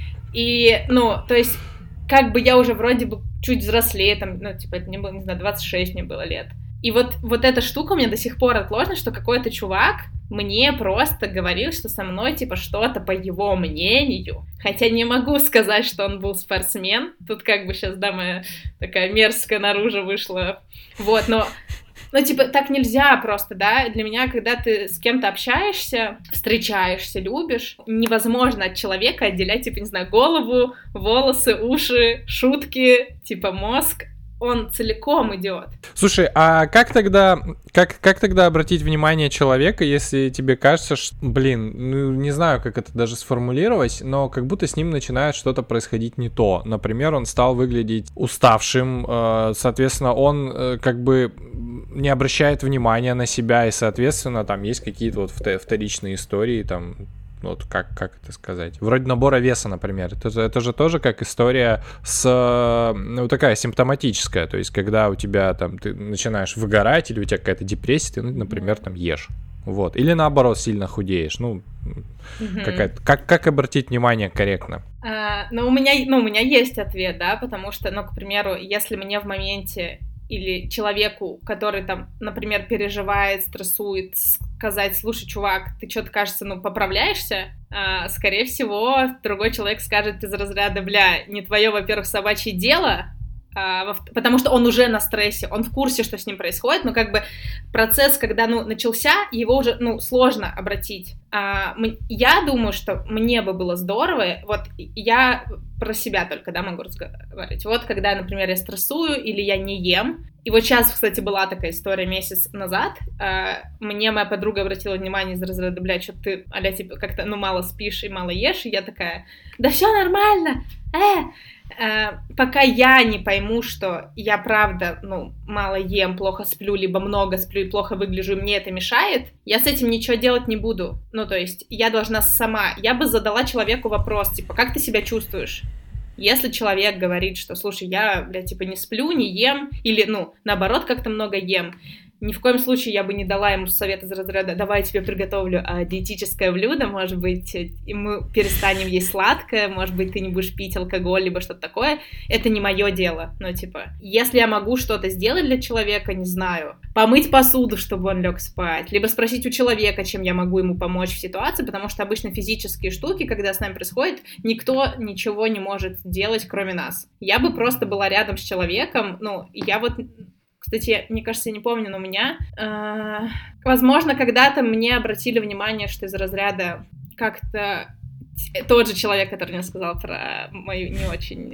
И, ну, то есть, как бы я уже вроде бы чуть взрослее, там, ну, типа, это мне было, не знаю, двадцать шесть мне было лет. И вот, вот эта штука у меня до сих пор отложена, что какой-то чувак мне просто говорил, что со мной, типа, что-то по его мнению. Хотя не могу сказать, что он был спортсмен. Тут как бы сейчас, да, моя такая мерзкая наружу вышла. Вот, но... Ну, типа, так нельзя просто, да, для меня, когда ты с кем-то общаешься, встречаешься, любишь, невозможно от человека отделять, типа, не знаю, голову, волосы, уши, шутки, типа, мозг. Он целиком идет. Слушай, а как тогда, как, как тогда обратить внимание человека, если тебе кажется, что, блин, ну не знаю, как это даже сформулировать, но как будто с ним начинает что-то происходить не то. Например, он стал выглядеть уставшим, э, соответственно, он э, как бы не обращает внимания на себя, и, соответственно, там есть какие-то вот вторичные истории, там... Вот как, как это сказать? Вроде набора веса, например. Это, это же тоже как история с... Ну, такая симптоматическая. То есть, когда у тебя там... Ты начинаешь выгорать, или у тебя какая-то депрессия, ты, ну, например, там ешь. Вот. Или наоборот, сильно худеешь. Ну, mm-hmm. какая-то... Как, как обратить внимание корректно? Uh, ну, у меня, ну, у меня есть ответ, да, потому что, ну, к примеру, если мне в моменте или человеку, который там, например, переживает, стрессует, сказать: слушай, чувак, ты что-то, кажется, ну, поправляешься, а, скорее всего, другой человек скажет из разряда: бля, не твое, во-первых, собачье дело, а, потому что он уже на стрессе, он в курсе, что с ним происходит, но как бы процесс, когда, ну, начался, его уже, ну, сложно обратить. А, я думаю, что мне бы было здорово, вот я про себя только, да, могу разговаривать, вот когда, например, я стрессую или я не ем, и вот сейчас, кстати, была такая история месяц назад, а, мне моя подруга обратила внимание из разряда: бля, что ты, а-ля, типа, как-то, ну, мало спишь и мало ешь, и я такая: да все нормально, э, Uh, пока я не пойму, что я правда, ну, мало ем, плохо сплю, либо много сплю и плохо выгляжу, и мне это мешает, я с этим ничего делать не буду. Ну, то есть я должна сама, я бы задала человеку вопрос, типа: как ты себя чувствуешь? Если человек говорит, что, слушай, я, блядь, типа, не сплю, не ем, или, ну, наоборот, как-то много ем, ни в коем случае я бы не дала ему совет из разряда: давай я тебе приготовлю а, диетическое блюдо, может быть, и мы перестанем есть сладкое, может быть, ты не будешь пить алкоголь, либо что-то такое. Это не мое дело. Но, типа, если я могу что-то сделать для человека, не знаю, помыть посуду, чтобы он лег спать, либо спросить у человека, чем я могу ему помочь в ситуации, потому что обычно физические штуки, когда с нами происходит, никто ничего не может делать, кроме нас. Я бы просто была рядом с человеком, ну, я вот... Кстати, мне кажется, я не помню, но у меня... Э, возможно, когда-то мне обратили внимание, что из разряда как-то... Тот же человек, который мне сказал про мою не очень...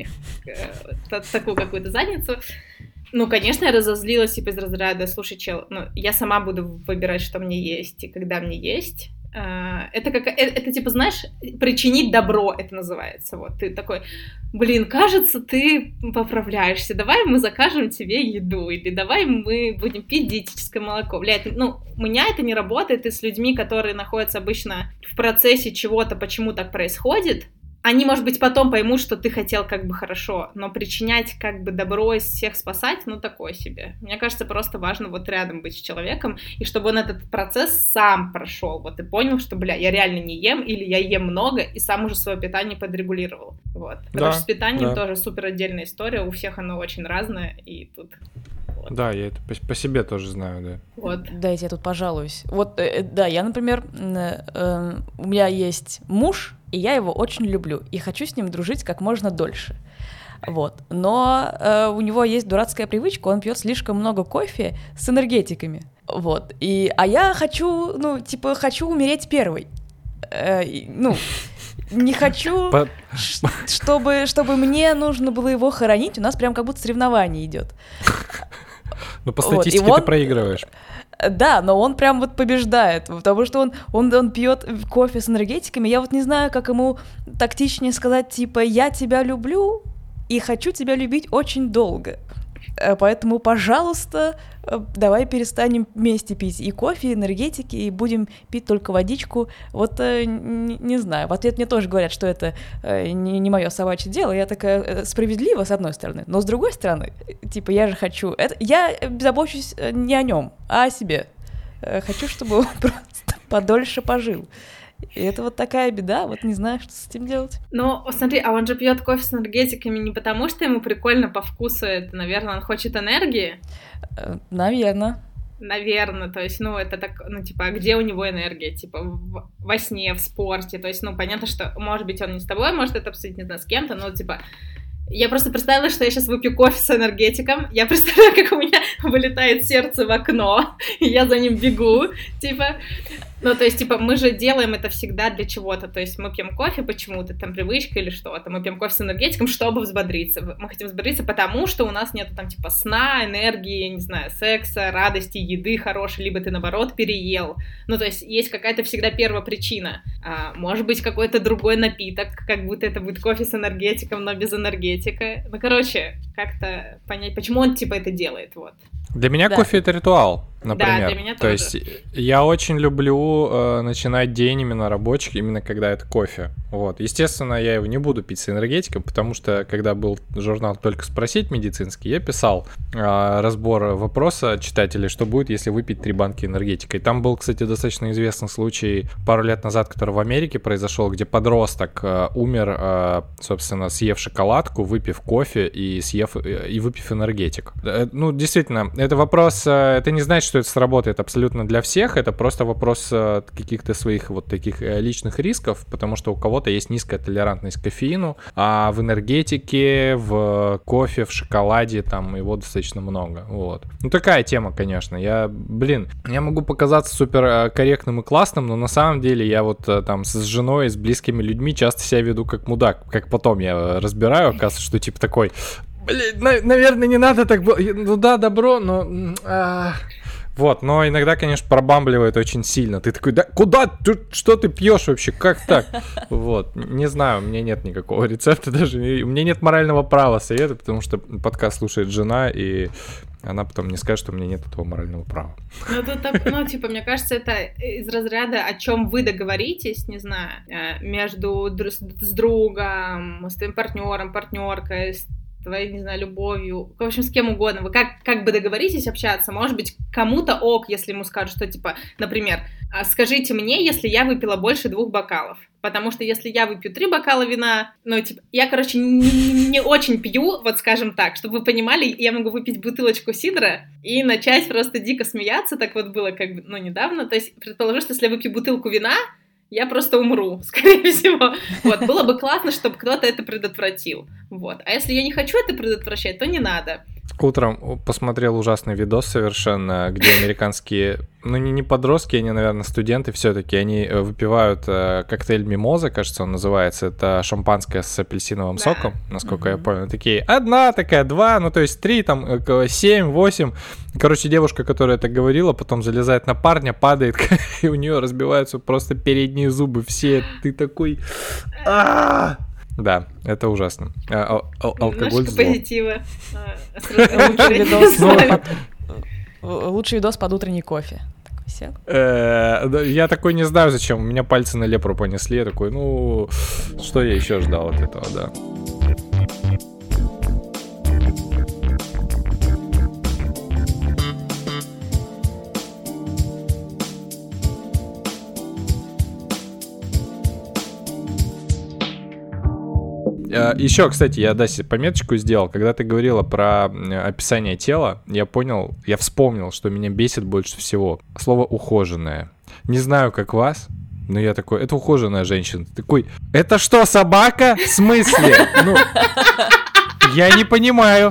Э, такую какую-то задницу. Ну, конечно, я разозлилась, типа, из разряда: слушай, чел, ну, я сама буду выбирать, что мне есть и когда мне есть. Это, как, это, это, типа, знаешь, причинить добро, это называется. Вот, ты такой: блин, кажется, ты поправляешься, давай мы закажем тебе еду, или давай мы будем пить диетическое молоко. Бля, это, ну, у меня это не работает, и с людьми, которые находятся обычно в процессе чего-то, почему так происходит, они, может быть, потом поймут, что ты хотел как бы хорошо, но причинять как бы добро и всех спасать, ну, такое себе. Мне кажется, просто важно вот рядом быть с человеком, и чтобы он этот процесс сам прошел, вот, и понял, что, бля, я реально не ем, или я ем много, и сам уже свое питание подрегулировал, вот. Потому да, что с питанием да. тоже супер отдельная история, у всех оно очень разное, и тут... Вот. Да, я это по, по себе тоже знаю, да. Вот. Дайте я тут пожалуюсь. Вот, э, да, я, например, э, э, у меня есть муж, и я его очень люблю, и хочу с ним дружить как можно дольше. Вот. Но э, у него есть дурацкая привычка, он пьет слишком много кофе с энергетиками. Вот. И, а я хочу, ну, типа, хочу умереть первой. Э, ну... Не хочу, По... чтобы, чтобы мне нужно было его хоронить. У нас прям как будто соревнование идет. Ну, по статистике вот, он... ты проигрываешь. Да, но он прям вот побеждает, потому что он, он, он пьет кофе с энергетиками. Я вот не знаю, как ему тактичнее сказать, типа: я тебя люблю и хочу тебя любить очень долго. Поэтому, пожалуйста, давай перестанем вместе пить и кофе, и энергетики, и будем пить только водичку. Вот не, не знаю. В ответ мне тоже говорят, что это не, не мое собачье дело. Я такая: справедливо, с одной стороны, но с другой стороны, типа, я же хочу... Это, я забочусь не о нем, а о себе. Хочу, чтобы он просто подольше пожил. И это вот такая беда, вот не знаю, что с этим делать. Ну, смотри, а он же пьет кофе с энергетиками не потому, что ему прикольно по вкусу это, наверное, он хочет энергии? Наверное. Наверное, то есть, ну, это так, ну, типа, а где у него энергия? Типа, в, во сне, в спорте, то есть, ну, понятно, что, может быть, он не с тобой, может это обсудить, не знаю, с кем-то, но, типа, я просто представила, что я сейчас выпью кофе с энергетиком, я представляю, как у меня вылетает сердце в окно, и я за ним бегу, типа... Ну, то есть, типа, мы же делаем это всегда для чего-то, то есть мы пьем кофе почему-то, там, привычка или что-то, мы пьем кофе с энергетиком, чтобы взбодриться, мы хотим взбодриться, потому что у нас нету, там, типа, сна, энергии, не знаю, секса, радости, еды хорошей, либо ты, наоборот, переел, ну, то есть есть какая-то всегда первопричина, а, может быть, какой-то другой напиток, как будто это будет кофе с энергетиком, но без энергетика, ну, короче, как-то понять, почему он, типа, это делает, вот. Для меня да. кофе — это ритуал, например. Да, для меня То тоже. есть я очень люблю э, начинать день именно рабочий, именно когда это кофе. Вот. Естественно, я его не буду пить с энергетиком, потому что, когда был журнал «Только спросить» медицинский, я писал э, разбор вопроса читателей, что будет, если выпить три банки энергетика. И там был, кстати, достаточно известный случай пару лет назад, который в Америке произошел, где подросток э, умер, э, собственно, съев шоколадку, выпив кофе и съев э, и выпив энергетик. Э, ну, действительно, это вопрос, э, это не значит, что это сработает абсолютно для всех, это просто вопрос э, каких-то своих вот таких э, личных рисков, потому что у кого-то есть низкая толерантность к кофеину, а в энергетике, в кофе, в шоколаде там его достаточно много. Вот. Ну, такая тема, конечно. Я, блин, я могу показаться супер корректным и классным, но на самом деле я вот там с женой, с близкими людьми часто себя веду как мудак. Как потом я разбираю, оказывается, что типа такой, блин, на- наверное, не надо так... Ну да, добро, но... А... Вот, но иногда, конечно, пробамбливает очень сильно. Ты такой, да куда? Ты, что ты пьешь вообще? Как так? Вот, не знаю, у меня нет никакого рецепта даже. У меня нет морального права совета, потому что подкаст слушает жена, и она потом не скажет, что у меня нет этого морального права. Ну, тут, ну, типа, мне кажется, это из разряда, о чем вы договоритесь, не знаю, между с другом, с твоим партнером, партнеркой, с твоей, не знаю, любовью, в общем, с кем угодно. Вы как, как бы договоритесь общаться, может быть, кому-то ок, если ему скажут, что, типа, например, скажите мне, если я выпила больше двух бокалов. Потому что если я выпью три бокала вина, ну, типа, я, короче, не, не очень пью, вот скажем так, чтобы вы понимали, я могу выпить бутылочку сидра и начать просто дико смеяться, так вот было, как бы, ну, недавно. То есть, предположу, что если я выпью бутылку вина, я просто умру, скорее всего. Вот, было бы классно, чтобы кто-то это предотвратил. Вот. А если я не хочу это предотвращать, то не надо. Утром посмотрел ужасный видос совершенно, где американские, ну не, не подростки, они, наверное, студенты все-таки, они выпивают э, коктейль мимоза, кажется, он называется, это шампанское с апельсиновым да. соком, насколько mm-hmm. я понял, такие, одна такая, два, ну то есть три, там, семь, восемь, короче, девушка, которая это говорила, потом залезает на парня, падает, и у нее разбиваются просто передние зубы все, ты такой... А-а-а! Да, это ужасно. А, ал- алкоголь Немножко зло. позитива. Лучший видос под утренний кофе. Я такой не знаю зачем. У меня пальцы на лепру понесли. Я такой, ну, что я еще ждал от этого, да. Еще, кстати, я, Даси, пометочку сделал. Когда ты говорила про описание тела, я понял, я вспомнил, что меня бесит больше всего. Слово «ухоженное». Не знаю, как вас, но я такой, это ухоженная женщина. Ты такой, это что, собака? В смысле? Ну, я не понимаю.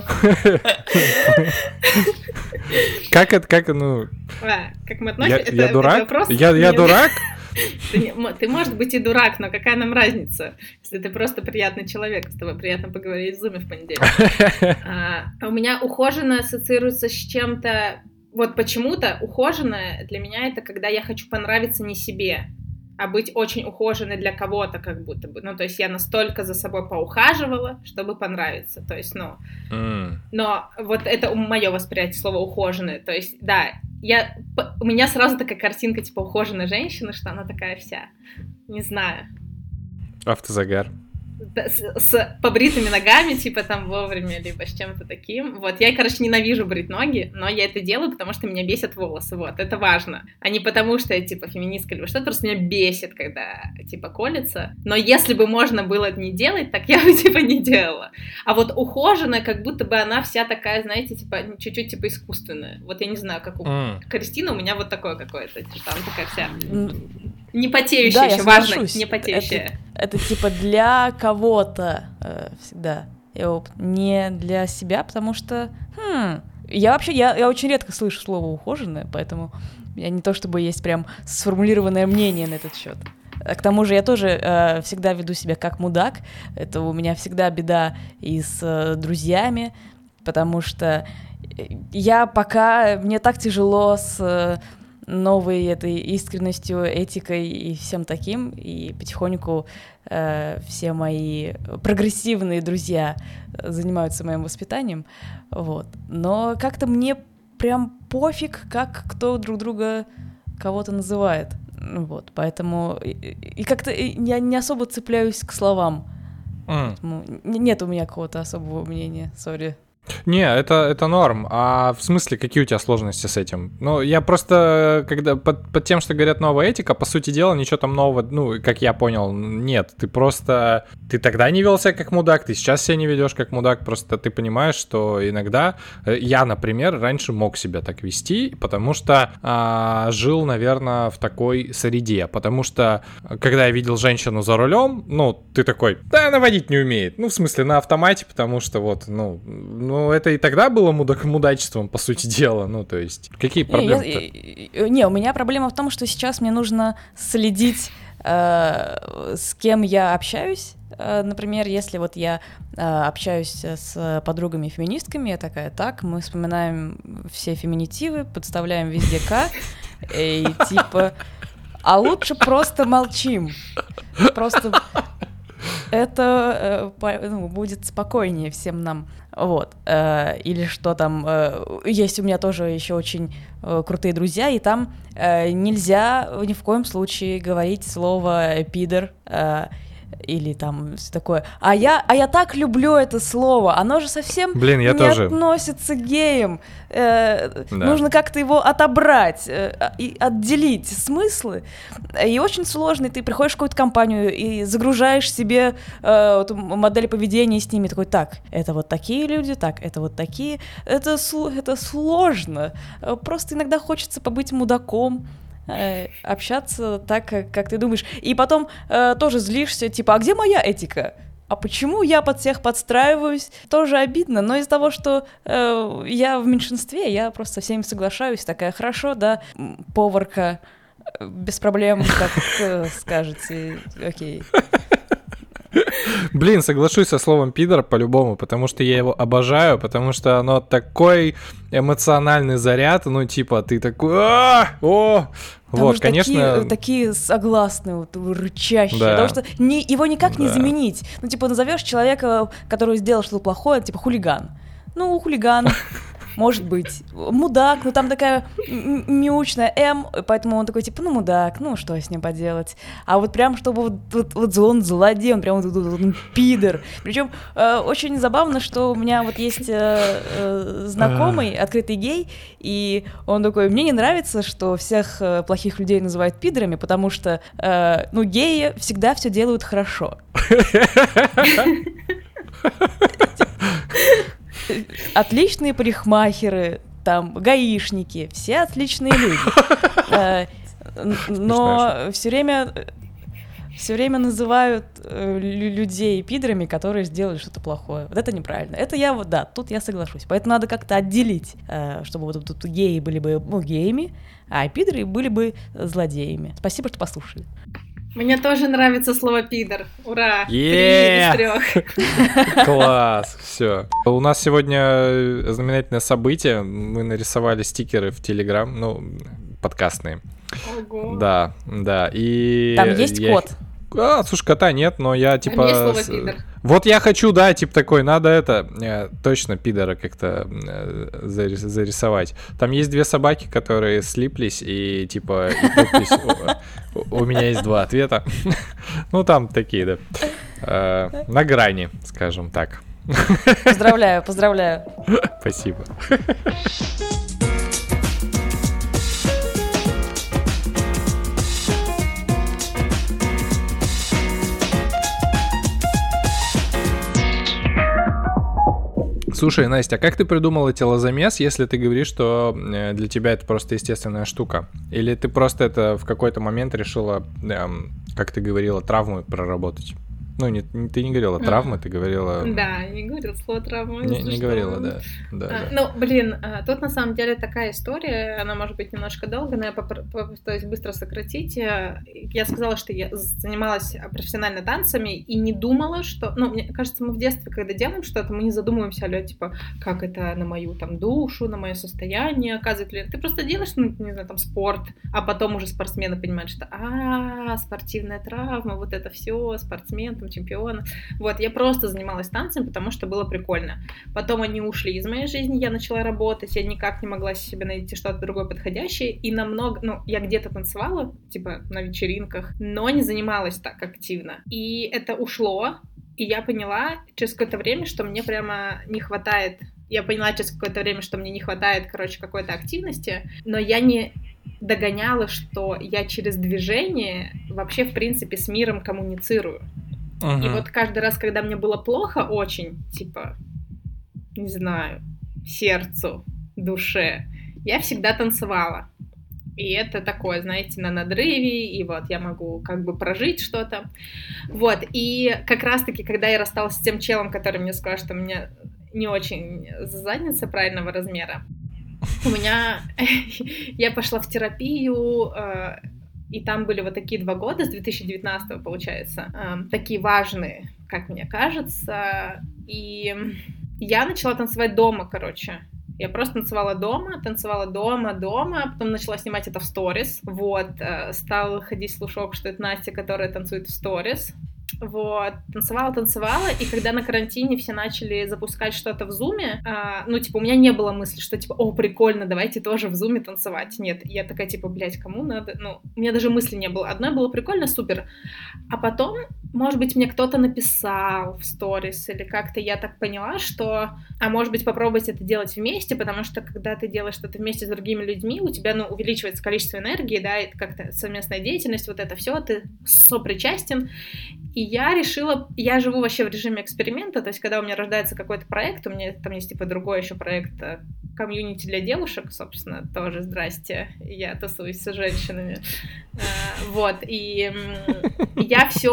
Как это, как, ну... Как мы относимся? Я дурак? Я дурак? Ты, ты, может быть, и дурак, но какая нам разница, если ты просто приятный человек, с тобой приятно поговорить в зуме в понедельник. А, а у меня ухоженное ассоциируется с чем-то... Вот почему-то ухоженное для меня это когда я хочу понравиться не себе, а быть очень ухоженной для кого-то как будто бы. Ну, то есть я настолько за собой поухаживала, чтобы понравиться. То есть, ну... Mm. Но вот это мое восприятие слова «ухоженное». То есть, да, я... у меня сразу такая картинка, типа, ухоженной женщины, что она такая вся, не знаю. Автозагар. С, с побритыми ногами, типа там вовремя, либо с чем-то таким. Вот, я, короче, ненавижу брить ноги, но я это делаю, потому что меня бесят волосы, вот, это важно. А не потому, что я, типа, феминистка или что-то, просто меня бесит, когда, типа, колется. Но если бы можно было это не делать, так я бы, типа, не делала. А вот ухоженная, как будто бы она вся такая, знаете, типа, чуть-чуть, типа, искусственная. Вот я не знаю, как у mm. Кристины, у меня вот такое какое-то, типа, она такая вся... Не потеющая, да, еще важно, не потеющая. Это, это типа для кого-то э, всегда, не для себя, потому что хм, я вообще, я, я очень редко слышу слово ухоженное, поэтому у меня не то чтобы есть прям сформулированное мнение на этот счет. К тому же я тоже э, всегда веду себя как мудак, это у меня всегда беда и с э, друзьями, потому что я пока, мне так тяжело с... Э, новой этой искренностью, этикой и всем таким, и потихоньку э, все мои прогрессивные друзья занимаются моим воспитанием, вот. Но как-то мне прям пофиг, как кто друг друга кого-то называет. Вот, поэтому и, и как-то я не особо цепляюсь к словам. Mm. Поэтому нет у меня какого-то особого мнения, сори. Не, это, это норм. А в смысле, какие у тебя сложности с этим? Ну, я просто, когда под, под тем, что говорят новая этика, по сути дела, ничего там нового, ну, как я понял, нет. Ты просто... Ты тогда не вел себя как мудак, ты сейчас себя не ведешь как мудак, просто ты понимаешь, что иногда... Я, например, раньше мог себя так вести, потому что а, жил, наверное, в такой среде. Потому что, когда я видел женщину за рулем, ну, ты такой, да, она водить не умеет. Ну, в смысле, на автомате, потому что вот, ну... Ну, это и тогда было мудак- мудачеством, по сути дела. Ну, то есть, какие проблемы? Не, не, у меня проблема в том, что сейчас мне нужно следить, э, с кем я общаюсь. Э, например, если вот я э, общаюсь с подругами-феминистками, я такая, так, мы вспоминаем все феминитивы, подставляем везде «к», и типа, а лучше просто молчим. Просто... это э, ну, будет спокойнее всем нам. Вот. Э, или что там... Э, есть у меня тоже еще очень э, крутые друзья, и там э, нельзя ни в коем случае говорить слово «пидор», э, или там все такое. А я, а я так люблю это слово. Оно же совсем Блин, я не тоже. относится к геям. Э, да. Нужно как-то его отобрать э, и отделить смыслы. И очень сложно. И ты приходишь в какую-то компанию и загружаешь себе э, вот, модель поведения с ними. Такой, так, это вот такие люди, так, это вот такие. Это, это сложно. Просто иногда хочется побыть мудаком, общаться так, как, как ты думаешь. И потом э, тоже злишься, типа, а где моя этика? А почему я под всех подстраиваюсь? Тоже обидно, но из-за того, что э, я в меньшинстве, я просто со всеми соглашаюсь. Такая, хорошо, да, поварка, без проблем, как э, скажете, окей. Блин, соглашусь со словом «пидор» по-любому, потому что я его обожаю, потому что оно такой эмоциональный заряд, ну, типа, ты такой, а о, там вот, конечно... Такие, такие согласные, вот, рычащие, да. Потому что не, его никак да. не заменить. Ну, типа, назовешь человека, который сделал что-то плохое, типа, хулиган. Ну, хулиган... Может быть. Мудак, ну там такая мяучная М, поэтому он такой, типа, ну, мудак, ну, что с ним поделать. А вот прям, чтобы вот, вот, вот он злодей, он прям вот, вот, вот, он пидор. Причем э, очень забавно, что у меня вот есть э, э, знакомый, открытый гей, и он такой, мне не нравится, что всех э, плохих людей называют пидорами, потому что, э, ну, геи всегда все делают хорошо. Отличные парикмахеры, там, гаишники, все отличные люди. Но все время, все время называют людей пидорами, которые сделали что-то плохое. Вот это неправильно. Это я вот, да, тут я соглашусь. Поэтому надо как-то отделить, чтобы вот тут геи были бы ну, геями, а пидоры были бы злодеями. Спасибо, что послушали. Мне тоже нравится слово «пидор». Ура! Yeah! Три из трех. Класс, все. У нас сегодня знаменательное событие. Мы нарисовали стикеры в Телеграм, ну, подкастные. Ого. Да, да. И там есть я... код. А, слушай, кота нет, но я типа... Там есть слово «пидор». Вот я хочу, да, типа такой, надо это, э, точно пидора как-то э, зарис- зарисовать. Там есть две собаки, которые слиплись и типа и подпись, у, у меня есть два ответа. Ну там такие, да, э, на грани, скажем так. Поздравляю, поздравляю. Спасибо. Слушай, Настя, а как ты придумала телозамес, если ты говоришь, что для тебя это просто естественная штука? Или ты просто это в какой-то момент решила, эм, как ты говорила, травмы проработать? Ну, не, ты не говорила травмы, ты говорила... Да, не говорила слово травма. Не, не говорила, да. да, а, да. Ну, блин, тут на самом деле такая история, она может быть немножко долгая, но я попытаюсь быстро сократить. Я сказала, что я занималась профессионально танцами и не думала, что... Ну, мне кажется, мы в детстве, когда делаем что-то, мы не задумываемся, алё, типа, как это на мою там душу, на мое состояние оказывает ли... Ты просто делаешь, ну, не знаю, там, спорт, а потом уже спортсмены понимают, что а, спортивная травма, вот это все, спортсмен, там чемпиона. Вот, я просто занималась танцем, потому что было прикольно. Потом они ушли из моей жизни, я начала работать, я никак не могла себе найти что-то другое подходящее, и намного, ну, я где-то танцевала, типа, на вечеринках, но не занималась так активно. И это ушло, и я поняла через какое-то время, что мне прямо не хватает, я поняла через какое-то время, что мне не хватает, короче, какой-то активности, но я не догоняла, что я через движение вообще, в принципе, с миром коммуницирую. Uh-huh. И вот каждый раз, когда мне было плохо очень, типа, не знаю, сердцу, душе, я всегда танцевала. И это такое, знаете, на надрыве, и вот я могу как бы прожить что-то. Вот, и как раз-таки, когда я рассталась с тем челом, который мне сказал, что у меня не очень задница правильного размера, у меня... я пошла в терапию, и там были вот такие два года, с две тысячи девятнадцатого, получается, такие важные, как мне кажется, и я начала танцевать дома, короче. Я просто танцевала дома, танцевала дома, дома, потом начала снимать это в сторис, вот, стал ходить слушок, что это Настя, которая танцует в сторис, вот, танцевала, танцевала, и когда на карантине все начали запускать что-то в зуме, а, ну, типа, у меня не было мысли, что, типа, о, прикольно, давайте тоже в зуме танцевать, нет, я такая, типа, блядь, кому надо, ну, у меня даже мысли не было, одной было прикольно, супер, а потом, может быть, мне кто-то написал в сторис, или как-то я так поняла, что, а может быть, попробовать это делать вместе, потому что, когда ты делаешь что-то вместе с другими людьми, у тебя, ну, увеличивается количество энергии, да, и как-то совместная деятельность, вот это все, ты сопричастен. И я решила, я живу вообще в режиме эксперимента, то есть когда у меня рождается какой-то проект, у меня там есть типа другой еще проект комьюнити для девушек, собственно, тоже, здрасте, я тусуюсь с женщинами, вот, и я все,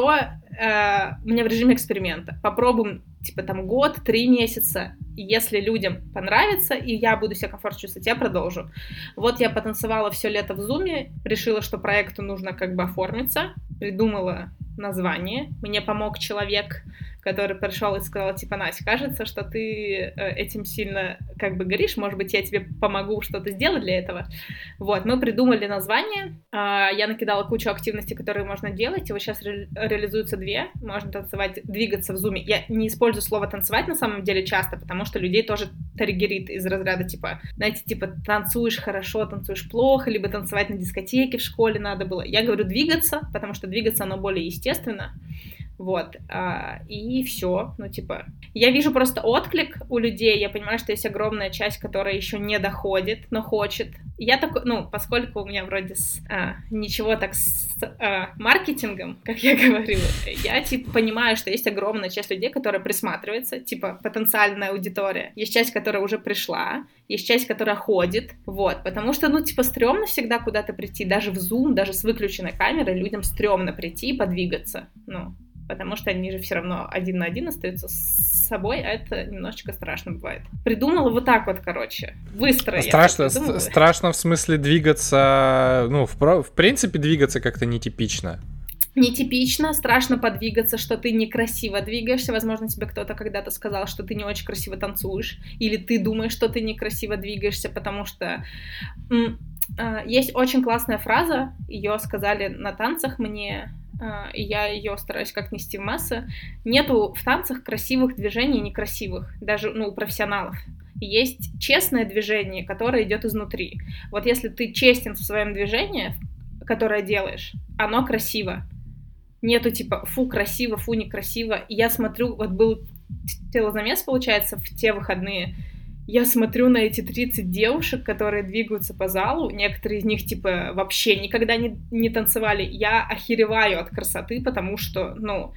у меня в режиме эксперимента, попробуем, типа там год, три месяца, и если людям понравится, и я буду себя комфортно чувствовать, я продолжу. Вот я потанцевала все лето в зуме, решила, что проекту нужно как бы оформиться, придумала название. Мне помог человек, который пришел и сказал, типа, Настя, кажется, что ты этим сильно как бы горишь, может быть, я тебе помогу что-то сделать для этого. Вот, мы придумали название, я накидала кучу активностей, которые можно делать, и вот сейчас ре- реализуются две, можно танцевать, двигаться в зуме. Я не использую слово танцевать на самом деле часто, потому что людей тоже триггерит из разряда, типа, знаете, типа, танцуешь хорошо, танцуешь плохо, либо танцевать на дискотеке в школе надо было. Я говорю двигаться, потому что двигаться оно более естественно. Вот, а, и все, ну, типа, я вижу просто отклик у людей, я понимаю, что есть огромная часть, которая еще не доходит, но хочет. Я такой, ну, поскольку у меня вроде с, а, ничего так с а, маркетингом, как я говорю, я, типа, понимаю, что есть огромная часть людей, которая присматривается, типа, потенциальная аудитория. Есть часть, которая уже пришла, есть часть, которая ходит, вот, потому что, ну, типа, стрёмно всегда куда-то прийти, даже в Zoom, даже с выключенной камерой людям стрёмно прийти и подвигаться, ну, потому что они же все равно один на один остаются с собой, а это немножечко страшно бывает. Придумала вот так вот, короче, быстро. Страшно, ст- страшно в смысле двигаться, ну, в, в принципе, двигаться как-то нетипично. Нетипично, страшно подвигаться, что ты некрасиво двигаешься. Возможно, тебе кто-то когда-то сказал, что ты не очень красиво танцуешь, или ты думаешь, что ты некрасиво двигаешься, потому что м- э- есть очень классная фраза, ее сказали на танцах мне, и я ее стараюсь как нести в массы. Нету в танцах красивых движений и некрасивых, даже, ну, у профессионалов. Есть честное движение, которое идет изнутри. Вот если ты честен в своем движении, которое делаешь, оно красиво. Нету типа фу, красиво, фу, некрасиво. И я смотрю, вот был телозамес, получается, в те выходные. Я смотрю на эти тридцать девушек, которые двигаются по залу, некоторые из них, типа, вообще никогда не, не танцевали. Я охереваю от красоты, потому что, ну,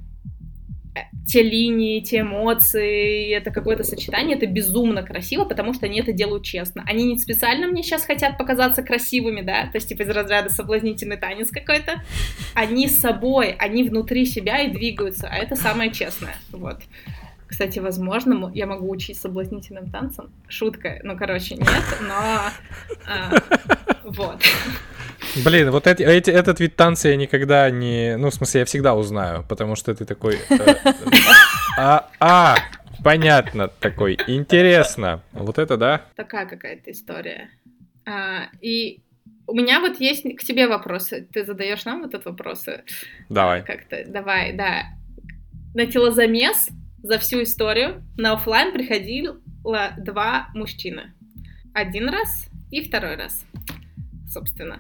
те линии, те эмоции, это какое-то сочетание, это безумно красиво, потому что они это делают честно. Они не специально мне сейчас хотят показаться красивыми, да, то есть, типа, из разряда соблазнительный танец какой-то. Они с собой, они внутри себя и двигаются, а это самое честное, вот. Кстати, возможно, я могу учить соблазнительным танцам. Шутка, ну, короче, нет, но а, вот. Блин, вот эти, эти, этот вид танца я никогда не... Ну, в смысле, я всегда узнаю, потому что ты такой... А, а, понятно, такой, интересно. Вот это да? Такая какая-то история. И у меня вот есть к тебе вопросы. Ты задаешь нам вот этот вопрос? Давай. Как-то, давай, да. на телозамес за всю историю на офлайн приходило два мужчины. Один раз и второй раз, собственно.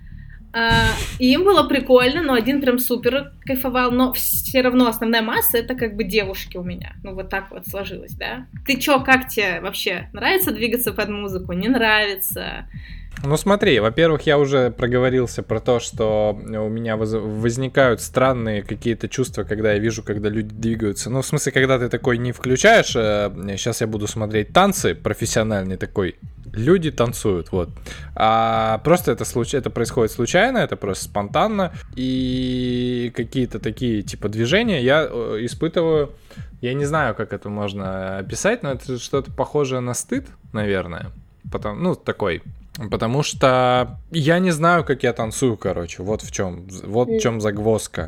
И им было прикольно, но один прям супер кайфовал, но все равно основная масса — это как бы девушки у меня. Ну, вот так вот сложилось, да? Ты чё, как тебе вообще? Нравится двигаться под музыку? Не нравится? Ну смотри, во-первых, я уже проговорился про то, что у меня воз- возникают странные какие-то чувства, когда я вижу, когда люди двигаются. Ну, в смысле, когда ты такой не включаешь, э, сейчас я буду смотреть танцы профессиональный такой, люди танцуют, вот. А просто это, случ... это происходит случайно, это просто спонтанно, и какие-то такие типа движения я испытываю, я не знаю, как это можно описать, но это что-то похожее на стыд, наверное, потом, ну, такой... Потому что я не знаю, как я танцую, короче. Вот в чем, вот в чем загвоздка.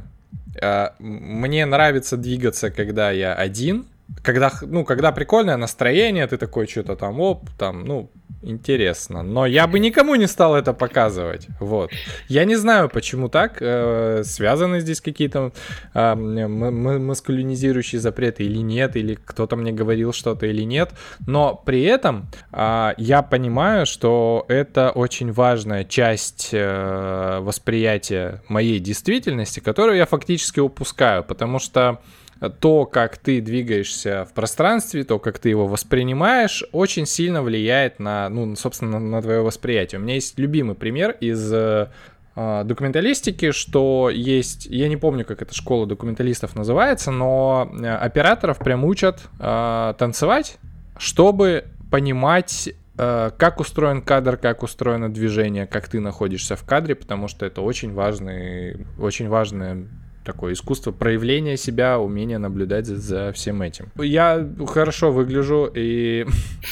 Мне нравится двигаться, когда я один. Когда, ну, когда прикольное настроение, ты такой что-то там, оп, там, ну, интересно. Но я бы никому не стал это показывать. Вот. Я не знаю, почему так. Э, связаны здесь какие-то э, м- маскулинизирующие запреты или нет, или кто-то мне говорил что-то или нет. Но при этом э, я понимаю, что это очень важная часть э, восприятия моей действительности, которую я фактически упускаю, потому что то, как ты двигаешься в пространстве, то, как ты его воспринимаешь, очень сильно влияет на, ну, собственно, на, на твое восприятие. У меня есть любимый пример из э, документалистики, что есть, я не помню, как эта школа документалистов называется, но операторов прям учат э, танцевать, чтобы понимать, э, как устроен кадр, как устроено движение, как ты находишься в кадре, потому что это очень важный, очень важное такое искусство проявления себя, умение наблюдать за, за всем этим. Я хорошо выгляжу и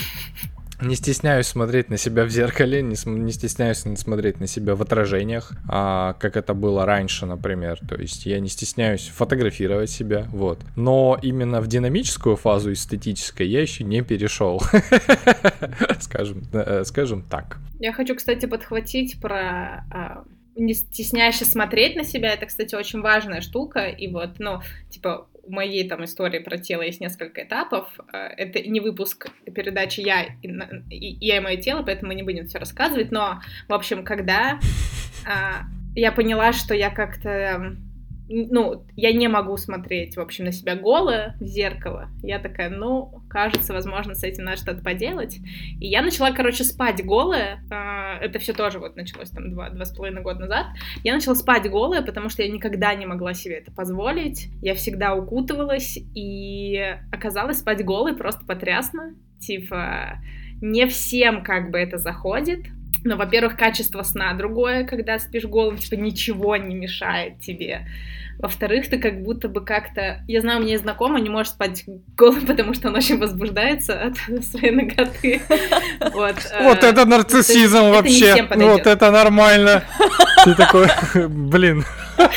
не стесняюсь смотреть на себя в зеркале, не, не стесняюсь смотреть на себя в отражениях, а, как это было раньше, например. То есть я не стесняюсь фотографировать себя, вот. Но именно в динамическую фазу эстетической я еще не перешел, скажем, скажем так. Я хочу, кстати, подхватить про... не стесняешься смотреть на себя, это, кстати, очень важная штука, и вот, ну, типа, у моей там истории про тело есть несколько этапов, это не выпуск передачи «Я и, и, я и мое тело», поэтому мы не будем все рассказывать, но, в общем, когда а, я поняла, что я как-то, ну, я не могу смотреть, в общем, на себя голая в зеркало, я такая, ну, кажется, возможно, с этим надо что-то поделать, и я начала, короче, спать голая, это все тоже вот началось там два, два с половиной года назад, я начала спать голая, потому что я никогда не могла себе это позволить, я всегда укутывалась, и оказалось, спать голой просто потрясно, типа, не всем как бы это заходит. Но, во-первых, качество сна другое, когда спишь голым, типа, ничего не мешает тебе. Во-вторых, ты как будто бы как-то... Я знаю, у меня есть знакомый, не может спать голым, потому что он очень возбуждается от своей наготы. Вот, вот э... это нарциссизм это, вообще. Это вот это нормально. Ты такой, блин,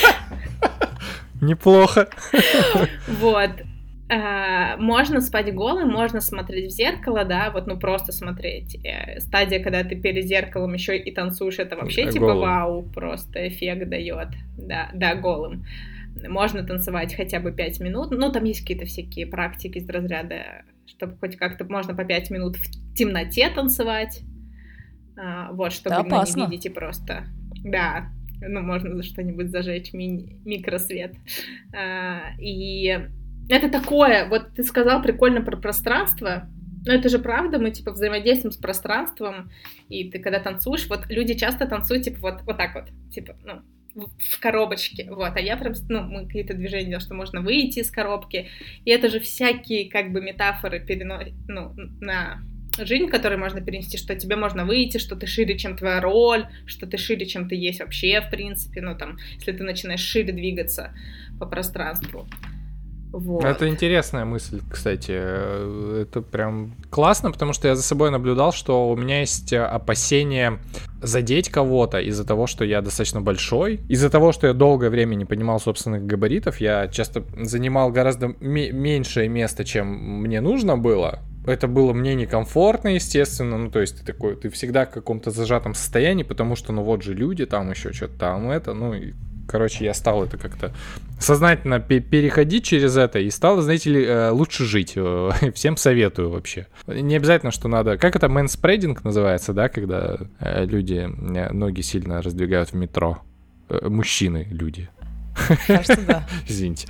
неплохо. Вот. Uh, можно спать голым, можно смотреть в зеркало, да, вот, ну, просто смотреть. Uh, стадия, когда ты перед зеркалом еще и танцуешь, это вообще, да, типа, голым. Вау, просто эффект дает, да, да, голым. Можно танцевать хотя бы пять минут, ну, там есть какие-то всякие практики из разряда, чтобы хоть как-то можно по пять минут в темноте танцевать, uh, вот, чтобы, ну, не видите просто, да, ну, можно за что-нибудь зажечь ми- микросвет, uh, и... Это такое, вот ты сказал прикольно про пространство, но это же правда, мы, типа, взаимодействуем с пространством, и ты, когда танцуешь, вот люди часто танцуют, типа, вот, вот так вот, типа, ну, в коробочке, вот, а я прям, ну, мы какие-то движения делаем, что можно выйти из коробки, и это же всякие, как бы, метафоры перено... ну, на жизнь, которые можно перенести, что тебе можно выйти, что ты шире, чем твоя роль, что ты шире, чем ты есть вообще, в принципе, ну, там, если ты начинаешь шире двигаться по пространству. Вот. Это интересная мысль, кстати. Это прям классно, потому что я за собой наблюдал, что у меня есть опасение задеть кого-то из-за того, что я достаточно большой. Из-за того, что я долгое время не понимал собственных габаритов, я часто занимал гораздо м- меньшее место, чем мне нужно было. Это было мне некомфортно, естественно, ну, то есть ты такой, ты всегда в каком-то зажатом состоянии, потому что, ну, вот же люди, там еще что-то там, это, ну, и короче, я стал это как-то сознательно переходить через это и стал, знаете ли, лучше жить. Всем советую вообще. Не обязательно, что надо... Как это, мэнспрединг называется, да, когда люди ноги сильно раздвигают в метро? Мужчины, люди. Кажется, да. Извините.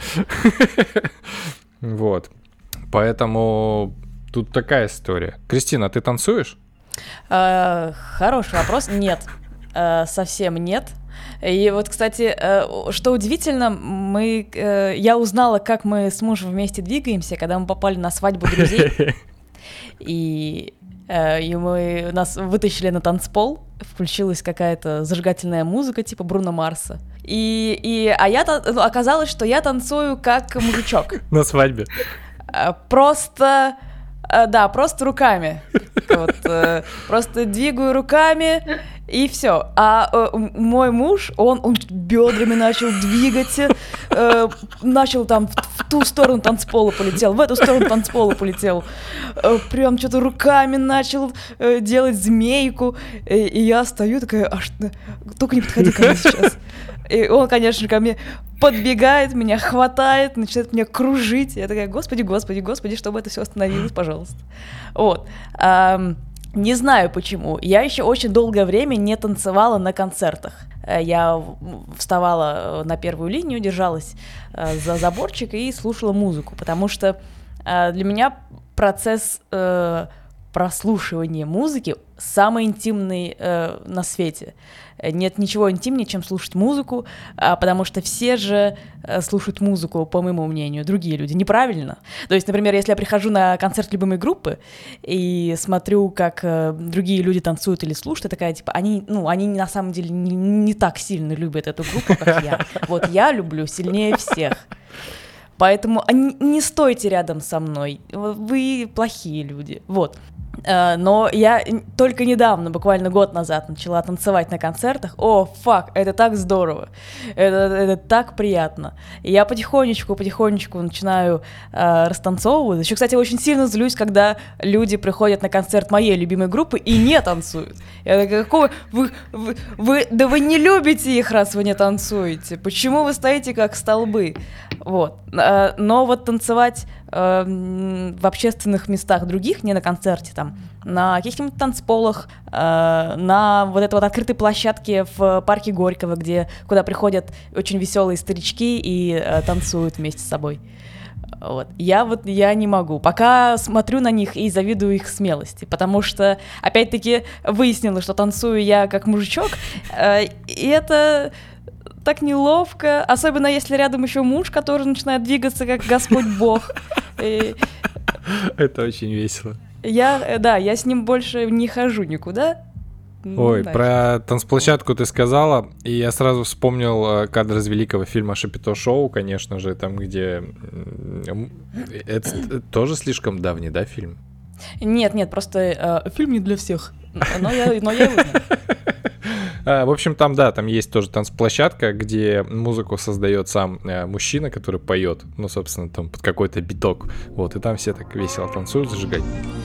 Вот. Поэтому тут такая история. Кристина, ты танцуешь? Хороший вопрос. Нет. Совсем нет. И вот, кстати, что удивительно, мы, я узнала, как мы с мужем вместе двигаемся, когда мы попали на свадьбу друзей. И, и мы нас вытащили на танцпол, включилась какая-то зажигательная музыка типа Бруно Марса. И, и, а я, оказалось, что я танцую как мужичок. На свадьбе. Просто... Да, просто руками. Вот, э, просто двигаю руками, и все. А э, мой муж, он, он бедрами начал двигать, э, начал там в, в ту сторону танцпола полетел, в эту сторону танцпола полетел. Э, прям что-то руками начал э, делать змейку. И, и я стою такая, а что? Только не подходи ко мне сейчас. И он, конечно, ко мне подбегает, меня хватает, начинает меня кружить. Я такая, господи, господи, господи, чтобы это все остановилось, пожалуйста. Вот. А, не знаю почему. Я еще очень долгое время не танцевала на концертах. Я вставала на первую линию, держалась за заборчик и слушала музыку, потому что для меня процесс прослушивания музыки самый интимный э, на свете. Нет ничего интимнее, чем слушать музыку, а, потому что все же э, слушают музыку, по моему мнению, другие люди. Неправильно. То есть, например, если я прихожу на концерт любимой группы и смотрю, как э, другие люди танцуют или слушают, я такая, типа, они, ну, они на самом деле не, не так сильно любят эту группу, как я. Вот я люблю сильнее всех. Поэтому не стойте рядом со мной. Вы плохие люди. Вот. Но я только недавно, буквально год назад, начала танцевать на концертах. О, фак, это так здорово, это, это так приятно. И я потихонечку-потихонечку начинаю э, растанцовывать. Еще, кстати, очень сильно злюсь, когда люди приходят на концерт моей любимой группы и не танцуют. Я такая, какого... Вы, вы, вы, да вы не любите их, раз вы не танцуете. Почему вы стоите как столбы? Вот. Но вот танцевать э, в общественных местах других, не на концерте, там, на каких-нибудь танцполах, э, на вот этой вот открытой площадке в парке Горького, где, куда приходят очень веселые старички и э, танцуют вместе с собой. Вот. Я вот, я не могу. Пока смотрю на них и завидую их смелости, потому что, опять-таки, выяснилось, что танцую я как мужичок, э, и это... так неловко, особенно если рядом еще муж, который начинает двигаться как Господь Бог. И... Это очень весело. Я, да, я с ним больше не хожу никуда. Ой, дальше. Про танцплощадку ты сказала, и я сразу вспомнил кадр из великого фильма «Шапито Шоу», конечно же, там, где... Это тоже слишком давний, да, фильм? Нет, нет, просто э, фильм не для всех, но я, но я его знаю. В общем, там, да, там есть тоже танцплощадка, где музыку создает сам э, мужчина, который поет, ну, собственно, там под какой-то биток, вот, и там все так весело танцуют, зажигать.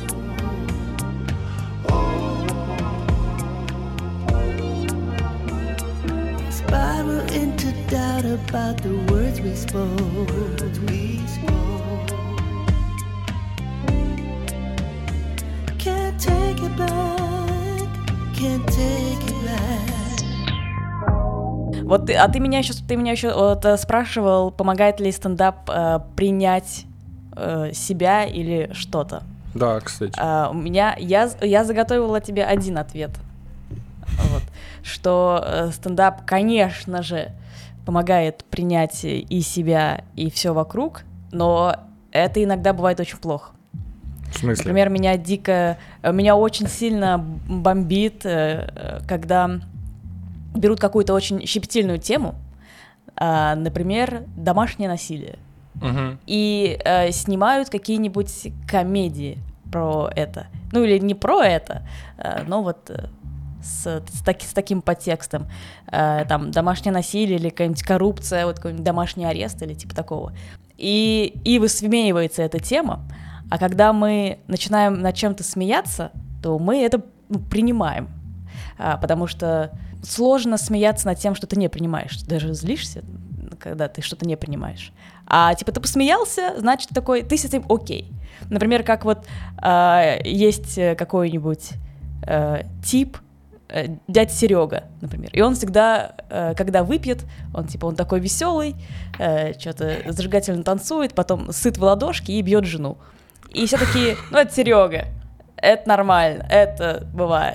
Can't take it back, can't take it back. Вот, ты, а ты меня еще, ты меня еще вот, спрашивал, помогает ли стендап э, принять э, себя или что-то. Да, кстати. А, у меня, я, я заготовила тебе один ответ, вот, что э, стендап, конечно же, помогает принять и себя, и все вокруг, но это иногда бывает очень плохо. В смысле? Например, меня дико, меня очень сильно бомбит, когда берут какую-то очень щепетильную тему, например, домашнее насилие, угу. и снимают какие-нибудь комедии про это. Ну или не про это, но вот с, с, таки, с таким подтекстом. Там домашнее насилие или какая-нибудь коррупция, вот какой-нибудь домашний арест или типа такого. И, и высмеивается эта тема. А когда мы начинаем над чем-то смеяться, то мы это ну, принимаем, а, потому что сложно смеяться над тем, что ты не принимаешь. Ты даже злишься, когда ты что-то не принимаешь. А типа ты посмеялся, значит такой, ты с этим окей. Например, как вот э, есть какой-нибудь э, тип, э, дядя Серега, например, и он всегда, э, когда выпьет, он типа он такой веселый, э, что-то зажигательно танцует, потом сыт в ладошки и бьет жену. И все такие, ну это Серега, это нормально, это бывает.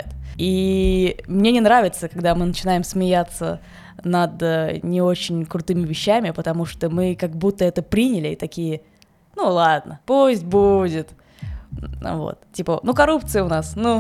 И мне не нравится, когда мы начинаем смеяться над не очень крутыми вещами, потому что мы как будто это приняли и такие, ну ладно, пусть будет. Вот, типа, ну коррупция у нас, ну,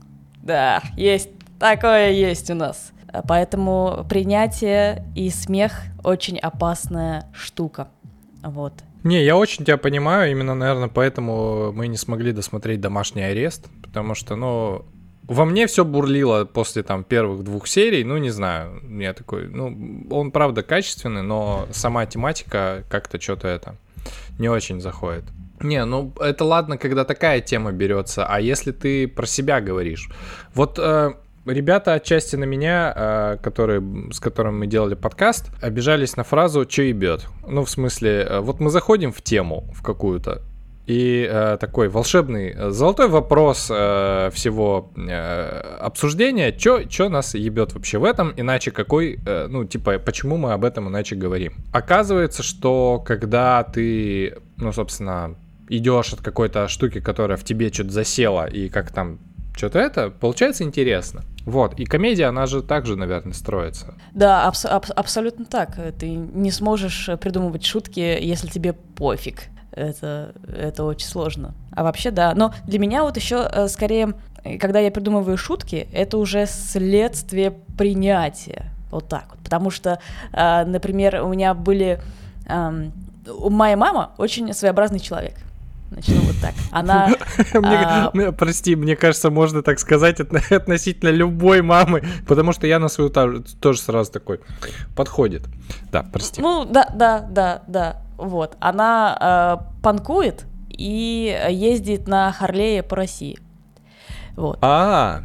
да, есть, такое есть у нас. Поэтому принятие и смех очень опасная штука, вот. Не, я очень тебя понимаю, именно, наверное, поэтому мы не смогли досмотреть «Домашний арест», потому что, ну, во мне все бурлило после там первых двух серий, ну, не знаю, я такой, ну, он, правда, качественный, но сама тематика как-то что-то это не очень заходит. Не, ну, это ладно, когда такая тема берется, а если ты про себя говоришь, вот... Э, Ребята отчасти на меня, которые, с которыми мы делали подкаст, обижались на фразу «чё ебёт?». Ну, в смысле, вот мы заходим в тему в какую-то, и э, такой волшебный, золотой вопрос э, всего э, обсуждения, чё, чё нас ебёт вообще в этом, иначе какой, э, ну, типа, почему мы об этом иначе говорим. Оказывается, что когда ты, ну, собственно, идёшь от какой-то штуки, которая в тебе что-то засела, и как там что-то это, получается интересно. Вот, и комедия, она же также, наверное, строится. Да, абс- аб- абсолютно так. Ты не сможешь придумывать шутки, если тебе пофиг. Это, это очень сложно. А вообще, да. Но для меня вот еще скорее, когда я придумываю шутки, это уже следствие принятия. Вот так вот. Потому что, например, у меня были... Моя мама очень своеобразный человек. Начну вот так. Она... мне, а... Прости, мне кажется, можно так сказать относительно любой мамы, потому что я на свою тоже сразу такой подходит. Да, прости. Ну, да, да, да, да. Вот. Она э, панкует и ездит на Харлее по России. Вот. А.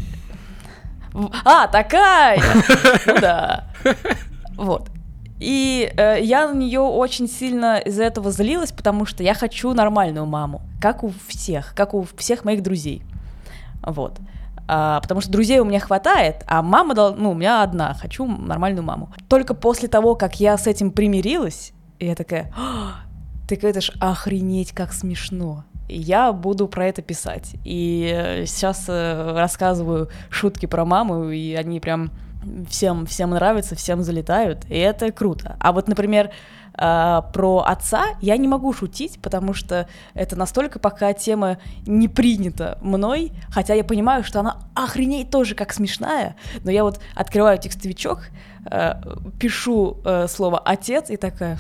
А, такая! Ну да. Вот. И э, я на нее очень сильно из-за этого злилась, потому что я хочу нормальную маму, как у всех, как у всех моих друзей. Вот. А, потому что друзей у меня хватает, а мама, ну, у меня одна, хочу нормальную маму. Только после того, как я с этим примирилась, я такая, ты это ж охренеть, как смешно. И я буду про это писать. И сейчас э, рассказываю шутки про маму, и они прям... Всем, всем нравится, всем залетают, и это круто. А вот, например, э, про отца я не могу шутить, потому что это настолько пока тема не принята мной, хотя я понимаю, что она охренеть тоже как смешная, но я вот открываю текстовичок, э, пишу э, слово «отец» и такая...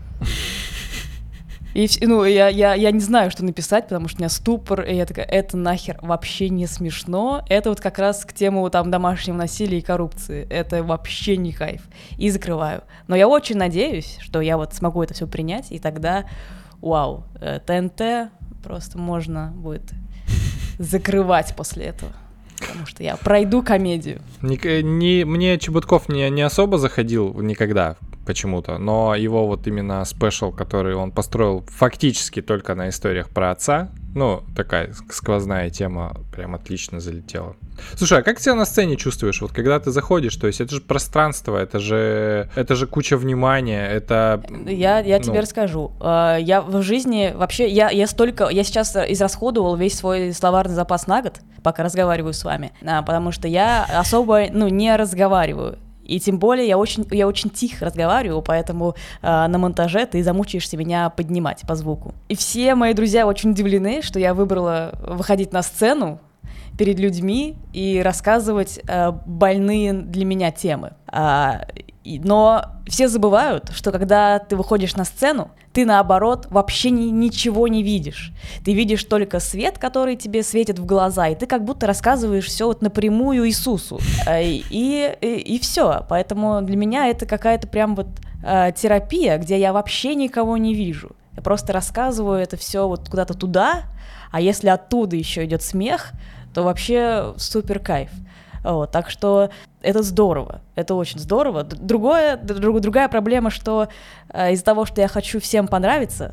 И, ну, я, я, я не знаю, что написать, потому что у меня ступор, и я такая, это нахер вообще не смешно. Это вот как раз к тему там домашнего насилия и коррупции. Это вообще не кайф. И закрываю. Но я очень надеюсь, что я вот смогу это все принять, и тогда, вау, ТНТ просто можно будет закрывать после этого. Потому что я пройду комедию. Не, не, мне Чеботков не, не особо заходил никогда почему-то, но его вот именно спешл, который он построил фактически только на историях про отца, ну, такая сквозная тема, прям отлично залетела. Слушай, а как ты себя на сцене чувствуешь, вот когда ты заходишь, то есть это же пространство, это же, это же куча внимания, это... Я, я ну... тебе расскажу. Я в жизни вообще, я, я столько, я сейчас израсходовал весь свой словарный запас на год, пока разговариваю с вами, потому что я особо, ну, не разговариваю. И тем более я очень, я очень тихо разговариваю, поэтому э, на монтаже ты замучаешься меня поднимать по звуку. И все мои друзья очень удивлены, что я выбрала выходить на сцену перед людьми и рассказывать э, больные для меня темы. А, и, но все забывают, что когда ты выходишь на сцену, ты, наоборот, вообще ни, ничего не видишь. Ты видишь только свет, который тебе светит в глаза, и ты как будто рассказываешь все вот напрямую Иисусу. И, и, и все. Поэтому для меня это какая-то прям вот э, терапия, где я вообще никого не вижу. Я просто рассказываю это все вот куда-то туда, а если оттуда еще идет смех, то вообще супер кайф. Вот, так что это здорово, это очень здорово. Другое, друг, другая проблема, что э, из-за того, что я хочу всем понравиться,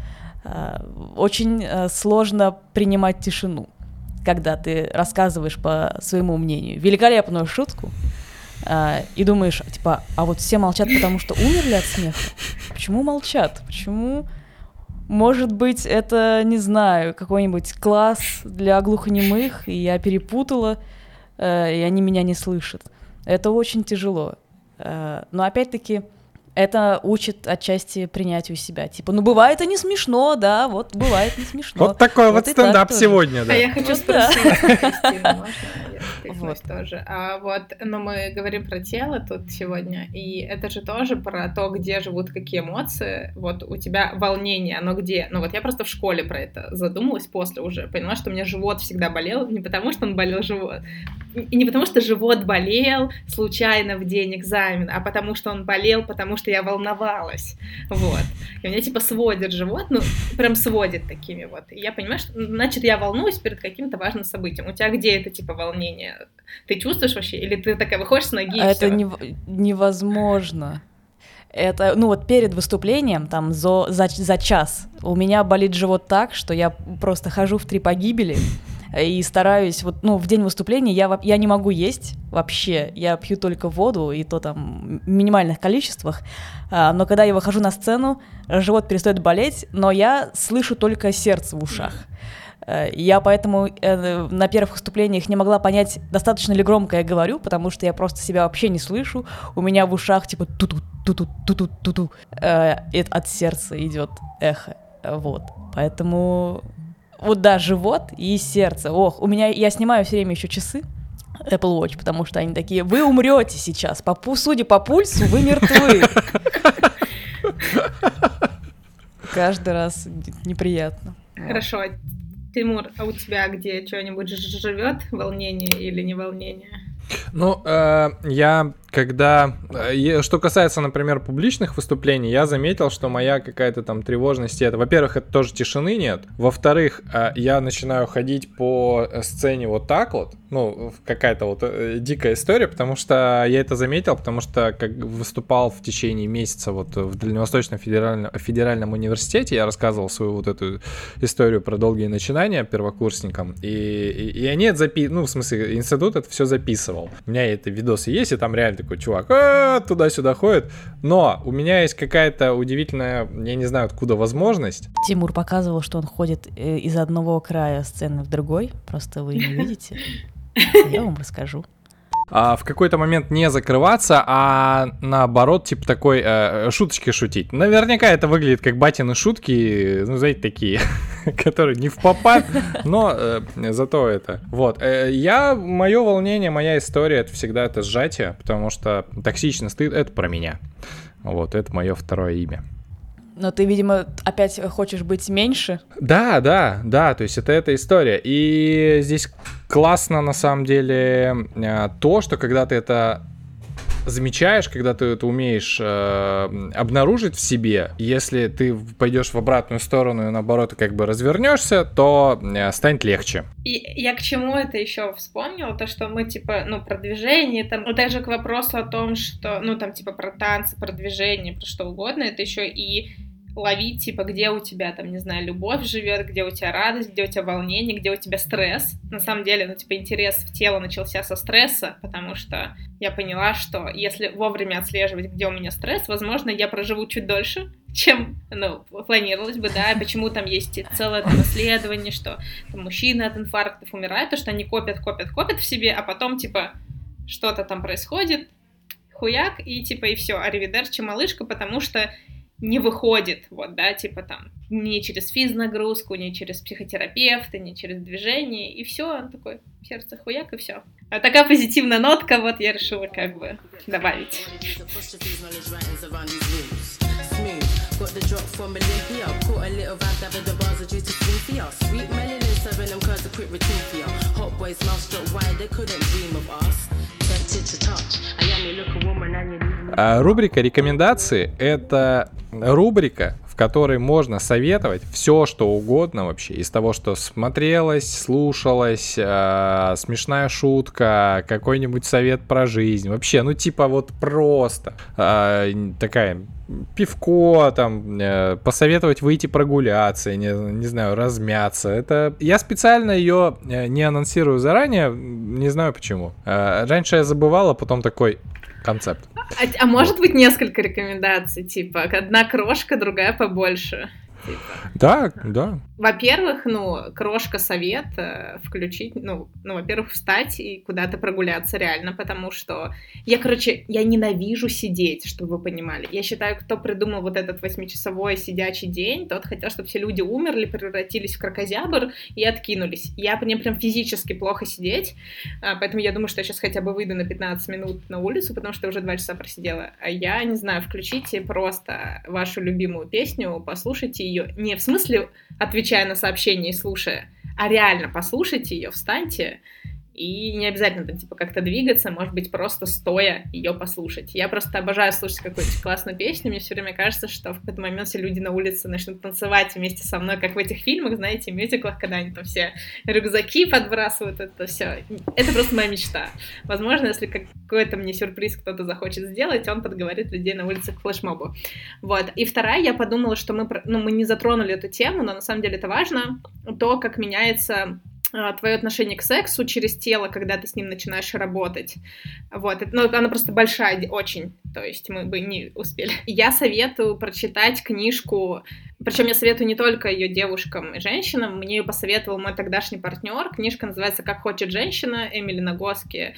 э, очень э, сложно принимать тишину, когда ты рассказываешь по своему мнению великолепную шутку э, и думаешь, типа, а вот все молчат, потому что умерли от смеха? Почему молчат? Почему... Может быть, это, не знаю, какой-нибудь класс для глухонемых, и я перепутала, э, и они меня не слышат. Это очень тяжело. Э, но опять-таки это учит отчасти принятию себя. Типа, ну бывает и не смешно, да, вот бывает не смешно. Вот такой вот стендап сегодня, да. А я хочу спросить, Кристина, можно я впихнусь тоже? А вот, ну мы говорим про тело тут сегодня, и это же тоже про то, где живут какие эмоции. Вот у тебя волнение, оно где? Ну вот я просто в школе про это задумалась после уже, поняла, что у меня живот всегда болел, не потому что он болел живот, и не потому что живот болел случайно в день экзамена, а потому что он болел, потому что я волновалась, вот. И у меня типа сводит живот, ну прям сводит такими вот. И я понимаю, что, значит, я волнуюсь перед каким-то важным событием. У тебя где это типа волнение? Ты чувствуешь вообще? Или ты такая выходишь с ноги и это всё? Не, невозможно. Это, ну вот перед выступлением, там, за, за, за час у меня болит живот так, что я просто хожу в три погибели и стараюсь, вот, ну, в день выступления я, я не могу есть вообще, я пью только воду, и то там в минимальных количествах, а, но когда я выхожу на сцену, живот перестает болеть, но я слышу только сердце в ушах. Я поэтому э, на первых выступлениях не могла понять, достаточно ли громко я говорю, потому что я просто себя вообще не слышу. У меня в ушах типа ту-ту, ту-ту, ту-ту, ту-ту. Э, от сердца идет эхо. Вот. Поэтому вот да, живот и сердце. Ох, у меня я снимаю все время еще часы Apple Watch, потому что они такие: вы умрете сейчас. По, судя по пульсу, вы мертвы. Каждый раз неприятно. Хорошо. Тимур, а у тебя где что-нибудь живет волнение или не волнение? Ну, э, я когда... Э, что касается, например, публичных выступлений, я заметил, что моя какая-то там тревожность, это, во-первых, это тоже тишины нет, во-вторых, э, я начинаю ходить по сцене вот так вот, ну, какая-то вот э, дикая история, потому что я это заметил, потому что как выступал в течение месяца вот в Дальневосточном федеральном, федеральном университете, я рассказывал свою вот эту историю про долгие начинания первокурсникам, и, и, и они это записывали, ну, в смысле, институт это все записывал. У меня это видосы есть, и там реально такой чувак а, туда-сюда ходит, но у меня есть какая-то удивительная, я не знаю откуда возможность. Тимур показывал, что он ходит из одного края сцены в другой, просто вы не видите. Я вам расскажу. А в какой-то момент не закрываться, а наоборот, типа такой э, шуточки шутить. Наверняка это выглядит как батины шутки, ну, знаете, такие, которые не в попад, но э, зато это. Вот. Э, я, мое волнение, моя история, это всегда это сжатие, потому что токсичный стыд — это про меня. Вот, это мое второе имя. Но ты, видимо, опять хочешь быть меньше? Да, да, да, то есть это эта история. И здесь классно, на самом деле, то, что когда ты это замечаешь, когда ты это умеешь э, обнаружить в себе, если ты пойдешь в обратную сторону и, наоборот, как бы развернешься, то э, станет легче. И я к чему это еще вспомнила, то, что мы, типа, ну, про движение, там, ну, также к вопросу о том, что, ну, там, типа, про танцы, про движение, про что угодно, это еще и ловить, типа, где у тебя, там, не знаю, любовь живет, где у тебя радость, где у тебя волнение, где у тебя стресс. На самом деле, ну, типа, интерес в тело начался со стресса, потому что я поняла, что если вовремя отслеживать, где у меня стресс, возможно, я проживу чуть дольше, чем, ну, планировалось бы, да, почему там есть целое там исследование, что там мужчины от инфарктов умирают, то, что они копят, копят, копят в себе, а потом, типа, что-то там происходит, хуяк, и, типа, и все, аривидерчи, малышка, потому что не выходит, вот, да, типа там, не через физнагрузку, не через психотерапевта, не через движение, и все, такой, сердце хуяк, и все. А такая позитивная нотка, вот, я решила как бы добавить. А рубрика «Рекомендации» — это рубрика, в которой можно советовать все, что угодно вообще, из того, что смотрелось, слушалось, э, смешная шутка, какой-нибудь совет про жизнь, вообще, ну типа вот просто э, такая... пивко, там, э, посоветовать выйти прогуляться, не, не знаю, размяться. Это я специально ее не анонсирую заранее, не знаю почему. Э, раньше я забывал, а потом такой концепт. А, а может быть несколько рекомендаций, типа одна крошка, другая побольше? Типа. Да, да. Во-первых, ну, крошка совет э, включить, ну, ну, во-первых, встать и куда-то прогуляться реально, потому что я, короче, я ненавижу сидеть, чтобы вы понимали. Я считаю, кто придумал вот этот восьмичасовой сидячий день, тот хотел, чтобы все люди умерли, превратились в кракозябр и откинулись. Я, мне прям физически плохо сидеть, э, поэтому я думаю, что я сейчас хотя бы выйду на пятнадцать минут на улицу, потому что я уже два часа просидела. А я, не знаю, включите просто вашу любимую песню, послушайте ее, не в смысле отвечая на сообщения и слушая, а реально послушайте ее, встаньте, и не обязательно там, типа, как-то двигаться, может быть, просто стоя ее послушать. Я просто обожаю слушать какую-то классную песню, мне все время кажется, что в какой-то момент все люди на улице начнут танцевать вместе со мной, как в этих фильмах, знаете, мюзиклах, когда они там все рюкзаки подбрасывают, это все. Это просто моя мечта. Возможно, если какой-то мне сюрприз кто-то захочет сделать, он подговорит людей на улице к флешмобу. Вот. И вторая, я подумала, что мы, ну, мы не затронули эту тему, но на самом деле это важно, то, как меняется твое отношение к сексу через тело, когда ты с ним начинаешь работать. Вот. Ну, она просто большая, очень. То есть мы бы не успели. Я советую прочитать книжку, причем я советую не только ее девушкам и женщинам, мне ее посоветовал мой тогдашний партнер. Книжка называется «Как хочет женщина», Эмили Нагоски,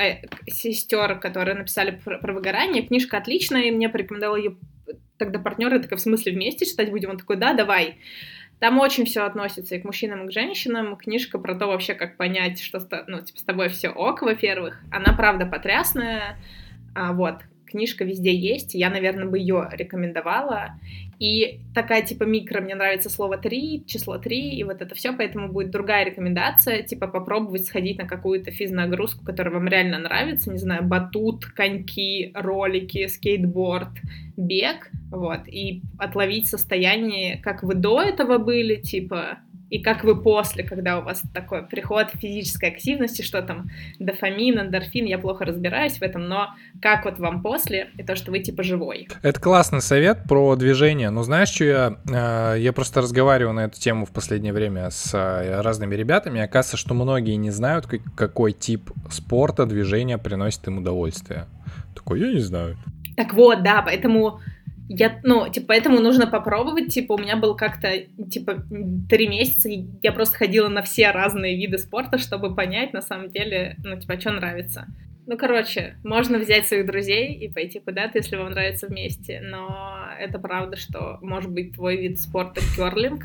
сестер, которые написали про, про выгорание. Книжка отличная, и мне порекомендовал ее тогда партнер, и такой, в смысле, вместе читать будем? Он такой, да, давай. Там очень все относится и к мужчинам, и к женщинам. Книжка про то вообще, как понять, что ну, типа, с тобой все ок, во-первых. Она, правда, потрясная. А, вот. Книжка везде есть. Я, наверное, бы ее рекомендовала. И такая, типа, микро, мне нравится слово три, число три, и вот это все, поэтому будет другая рекомендация, типа, попробовать сходить на какую-то физнагрузку, которая вам реально нравится, не знаю, батут, коньки, ролики, скейтборд, бег, вот, и отловить состояние, как вы до этого были, типа, и как вы после, когда у вас такой приход физической активности, что там дофамин, эндорфин, я плохо разбираюсь в этом, но как вот вам после, и то, что вы типа живой. Это классный совет про движение. Ну, знаешь, что я... Я просто разговариваю на эту тему в последнее время с разными ребятами, и оказывается, что многие не знают, какой тип спорта, движения приносит им удовольствие. Такой, я не знаю. Так вот, да, поэтому... Я, ну, типа, поэтому нужно попробовать, типа, у меня был как-то, типа, три месяца, я просто ходила на все разные виды спорта, чтобы понять, на самом деле, ну, типа, что нравится. Ну, короче, можно взять своих друзей и пойти куда-то, если вам нравится вместе, но это правда, что, может быть, твой вид спорта кёрлинг,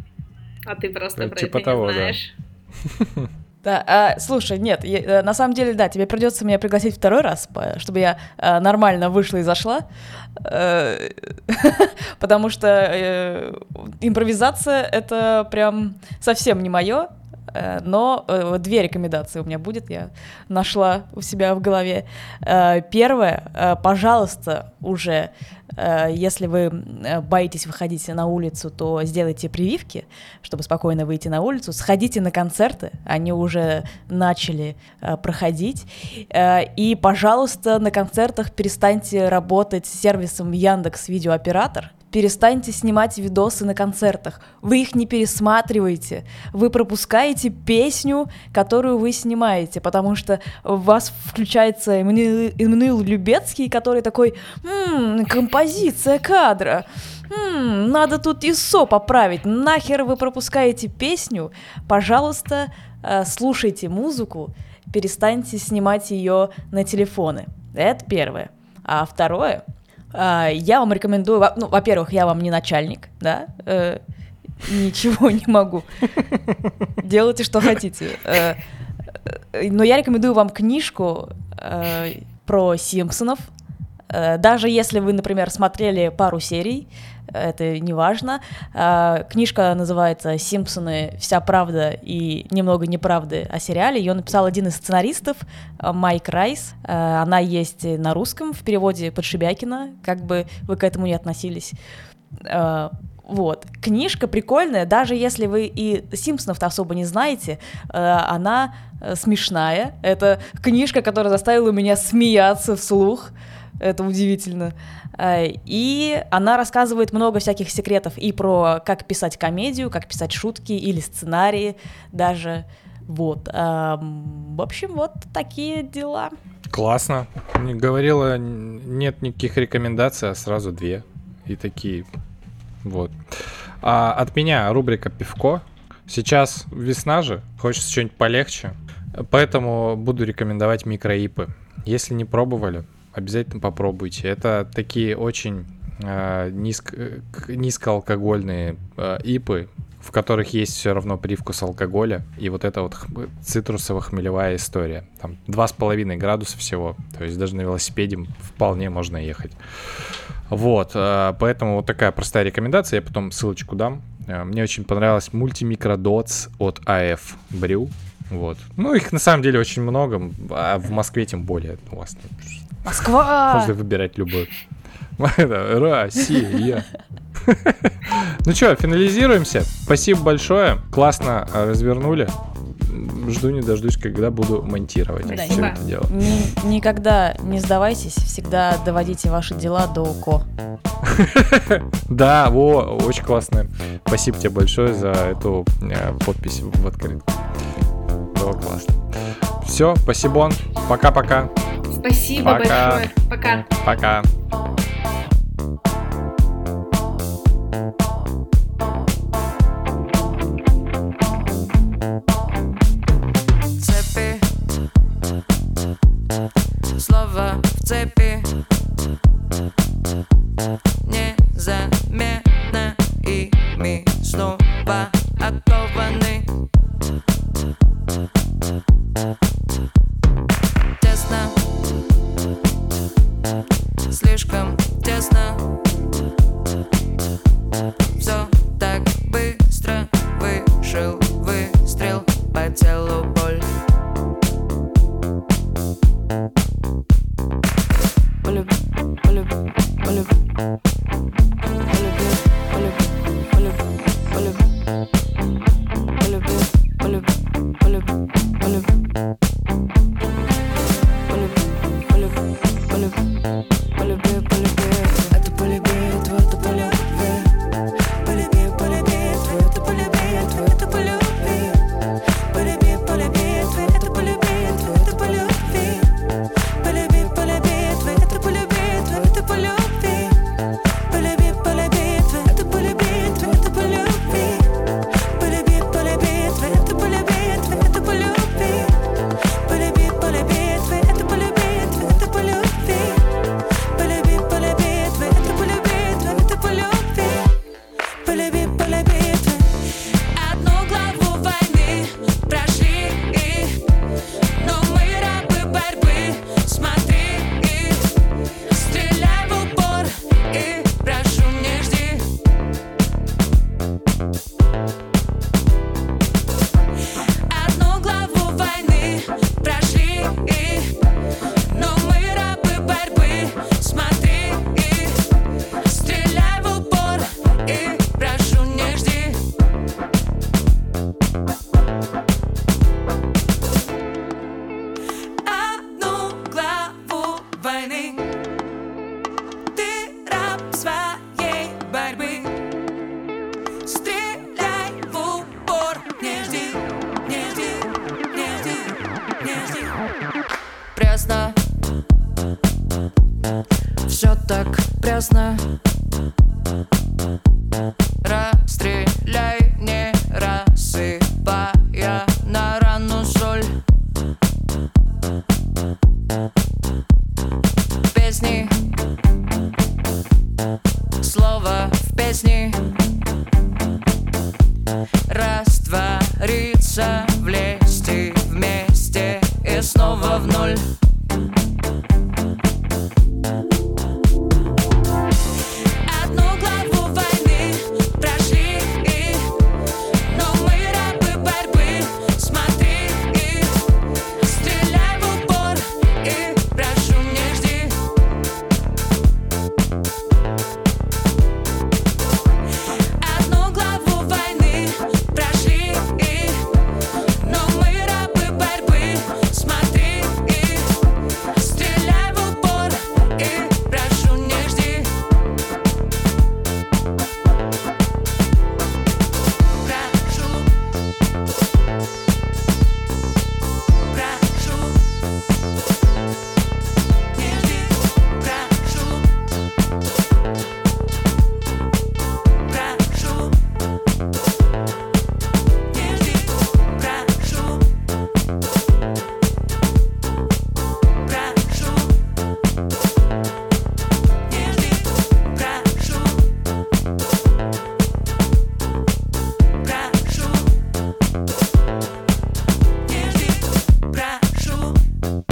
а ты просто ну, про типа это того, не знаешь. Да. Да, а, слушай, нет, я, на самом деле, да, тебе придется меня пригласить второй раз, чтобы я а, нормально вышла и зашла, потому что э, импровизация — это прям совсем не мое, но э, две рекомендации у меня будет, я нашла у себя в голове. Э, первое, э, пожалуйста, уже, э, если вы боитесь выходить на улицу, то сделайте прививки, чтобы спокойно выйти на улицу, сходите на концерты, они уже начали э, проходить, э, и, пожалуйста, на концертах перестаньте работать с сервисом Яндекс.Видеооператор. Перестаньте снимать видосы на концертах. Вы их не пересматриваете. Вы пропускаете песню, которую вы снимаете, потому что у вас включается Эммануил Любецкий, который такой: «М-м, композиция кадра. М-м, надо тут ай эс о поправить. Нахер вы пропускаете песню? Пожалуйста, слушайте музыку, перестаньте снимать ее на телефоны». Это первое. А второе... Я вам рекомендую, ну, во-первых, я вам не начальник, да, э, ничего не могу, делайте, что хотите, э, но я рекомендую вам книжку э, про Симпсонов, э, даже если вы, например, смотрели пару серий, это не важно. Книжка называется «Симпсоны. Вся правда и немного неправды о сериале». Ее написал один из сценаристов, Майк Райс. Она есть на русском в переводе Подшибякина, как бы вы к этому не относились. Э, вот. Книжка прикольная, даже если вы и Симпсонов-то особо не знаете, э, она э, смешная. Это книжка, которая заставила меня смеяться вслух. Это удивительно. И она рассказывает много всяких секретов и про как писать комедию, как писать шутки или сценарии даже. Вот. В общем, вот такие дела. Классно. Не говорила, нет никаких рекомендаций, а сразу две. И такие. Вот. А от меня рубрика «Пивко». Сейчас весна же, хочется что-нибудь полегче. Поэтому буду рекомендовать микроипы. Если не пробовали, обязательно попробуйте. Это такие очень э, низко, низкоалкогольные э, ипы, в которых есть все равно привкус алкоголя. И вот эта вот цитрусово-хмелевая история. Там два с половиной градуса всего. То есть даже на велосипеде вполне можно ехать. Вот. Э, поэтому вот такая простая рекомендация. Я потом ссылочку дам. Э, мне очень понравилась мультимикродотс от эй эф Brew. Вот. Ну, их на самом деле очень много. А в Москве тем более. У вас Москва! Можно выбирать любой. Россия. Ну что, финализируемся. Спасибо большое. Классно развернули. Жду не дождусь, когда буду монтировать все это дело. Ни- никогда не сдавайтесь. Всегда доводите ваши дела до ко. Да, во, очень классно. Спасибо тебе большое за эту э, подпись в открытку. Было классно. Все, спасибо. Пока-пока. Спасибо Пока. большое. Пока. Пока. Цепи, слова в цепи, незаметно ими снова окованы. Тесно, слишком тесно. Все так быстро, вышел выстрел, по телу боль. Полюби, полюби, полюби, полюби, полюби, полюби, полюби, полюби, полюби, полюби, полюби. Это полюби, твой это полюби. Полюби, полюби, твой это полюби, твой это полюби. Полюби, полюби, твой это полюби, твой это полюби. Полюби, полюби, твой это полюби, твой это полюби. Полюби, полюби, твой это полюби, твой это полюби. Полюби, полюби, твой это полюби, твой это полюби. Полюби, полюби, твой это полюби, твой это полюби. Полюби, полюби, твой это полюби, твой это полюби. Полюби, полюби, твой. Одну главу войны прошли, но мы рабы борьбы. Смотри и стреляй в упор, и прошу, не жди. Одну главу войны прошли, но мы рабы борьбы. Смотри и стреляй в упор, и прошу, не жди. Одну главу войны. Ты раб своей борьбы. Стреляй в упор, не жди, не жди, не жди, не жди. Пресно, все так пресно. Расстреляй, не рассыпая на рану соль. Песни, слово в песне. Раствориться, влезть вместе и снова в ноль.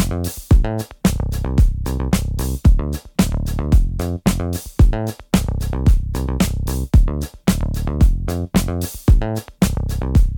Thank you.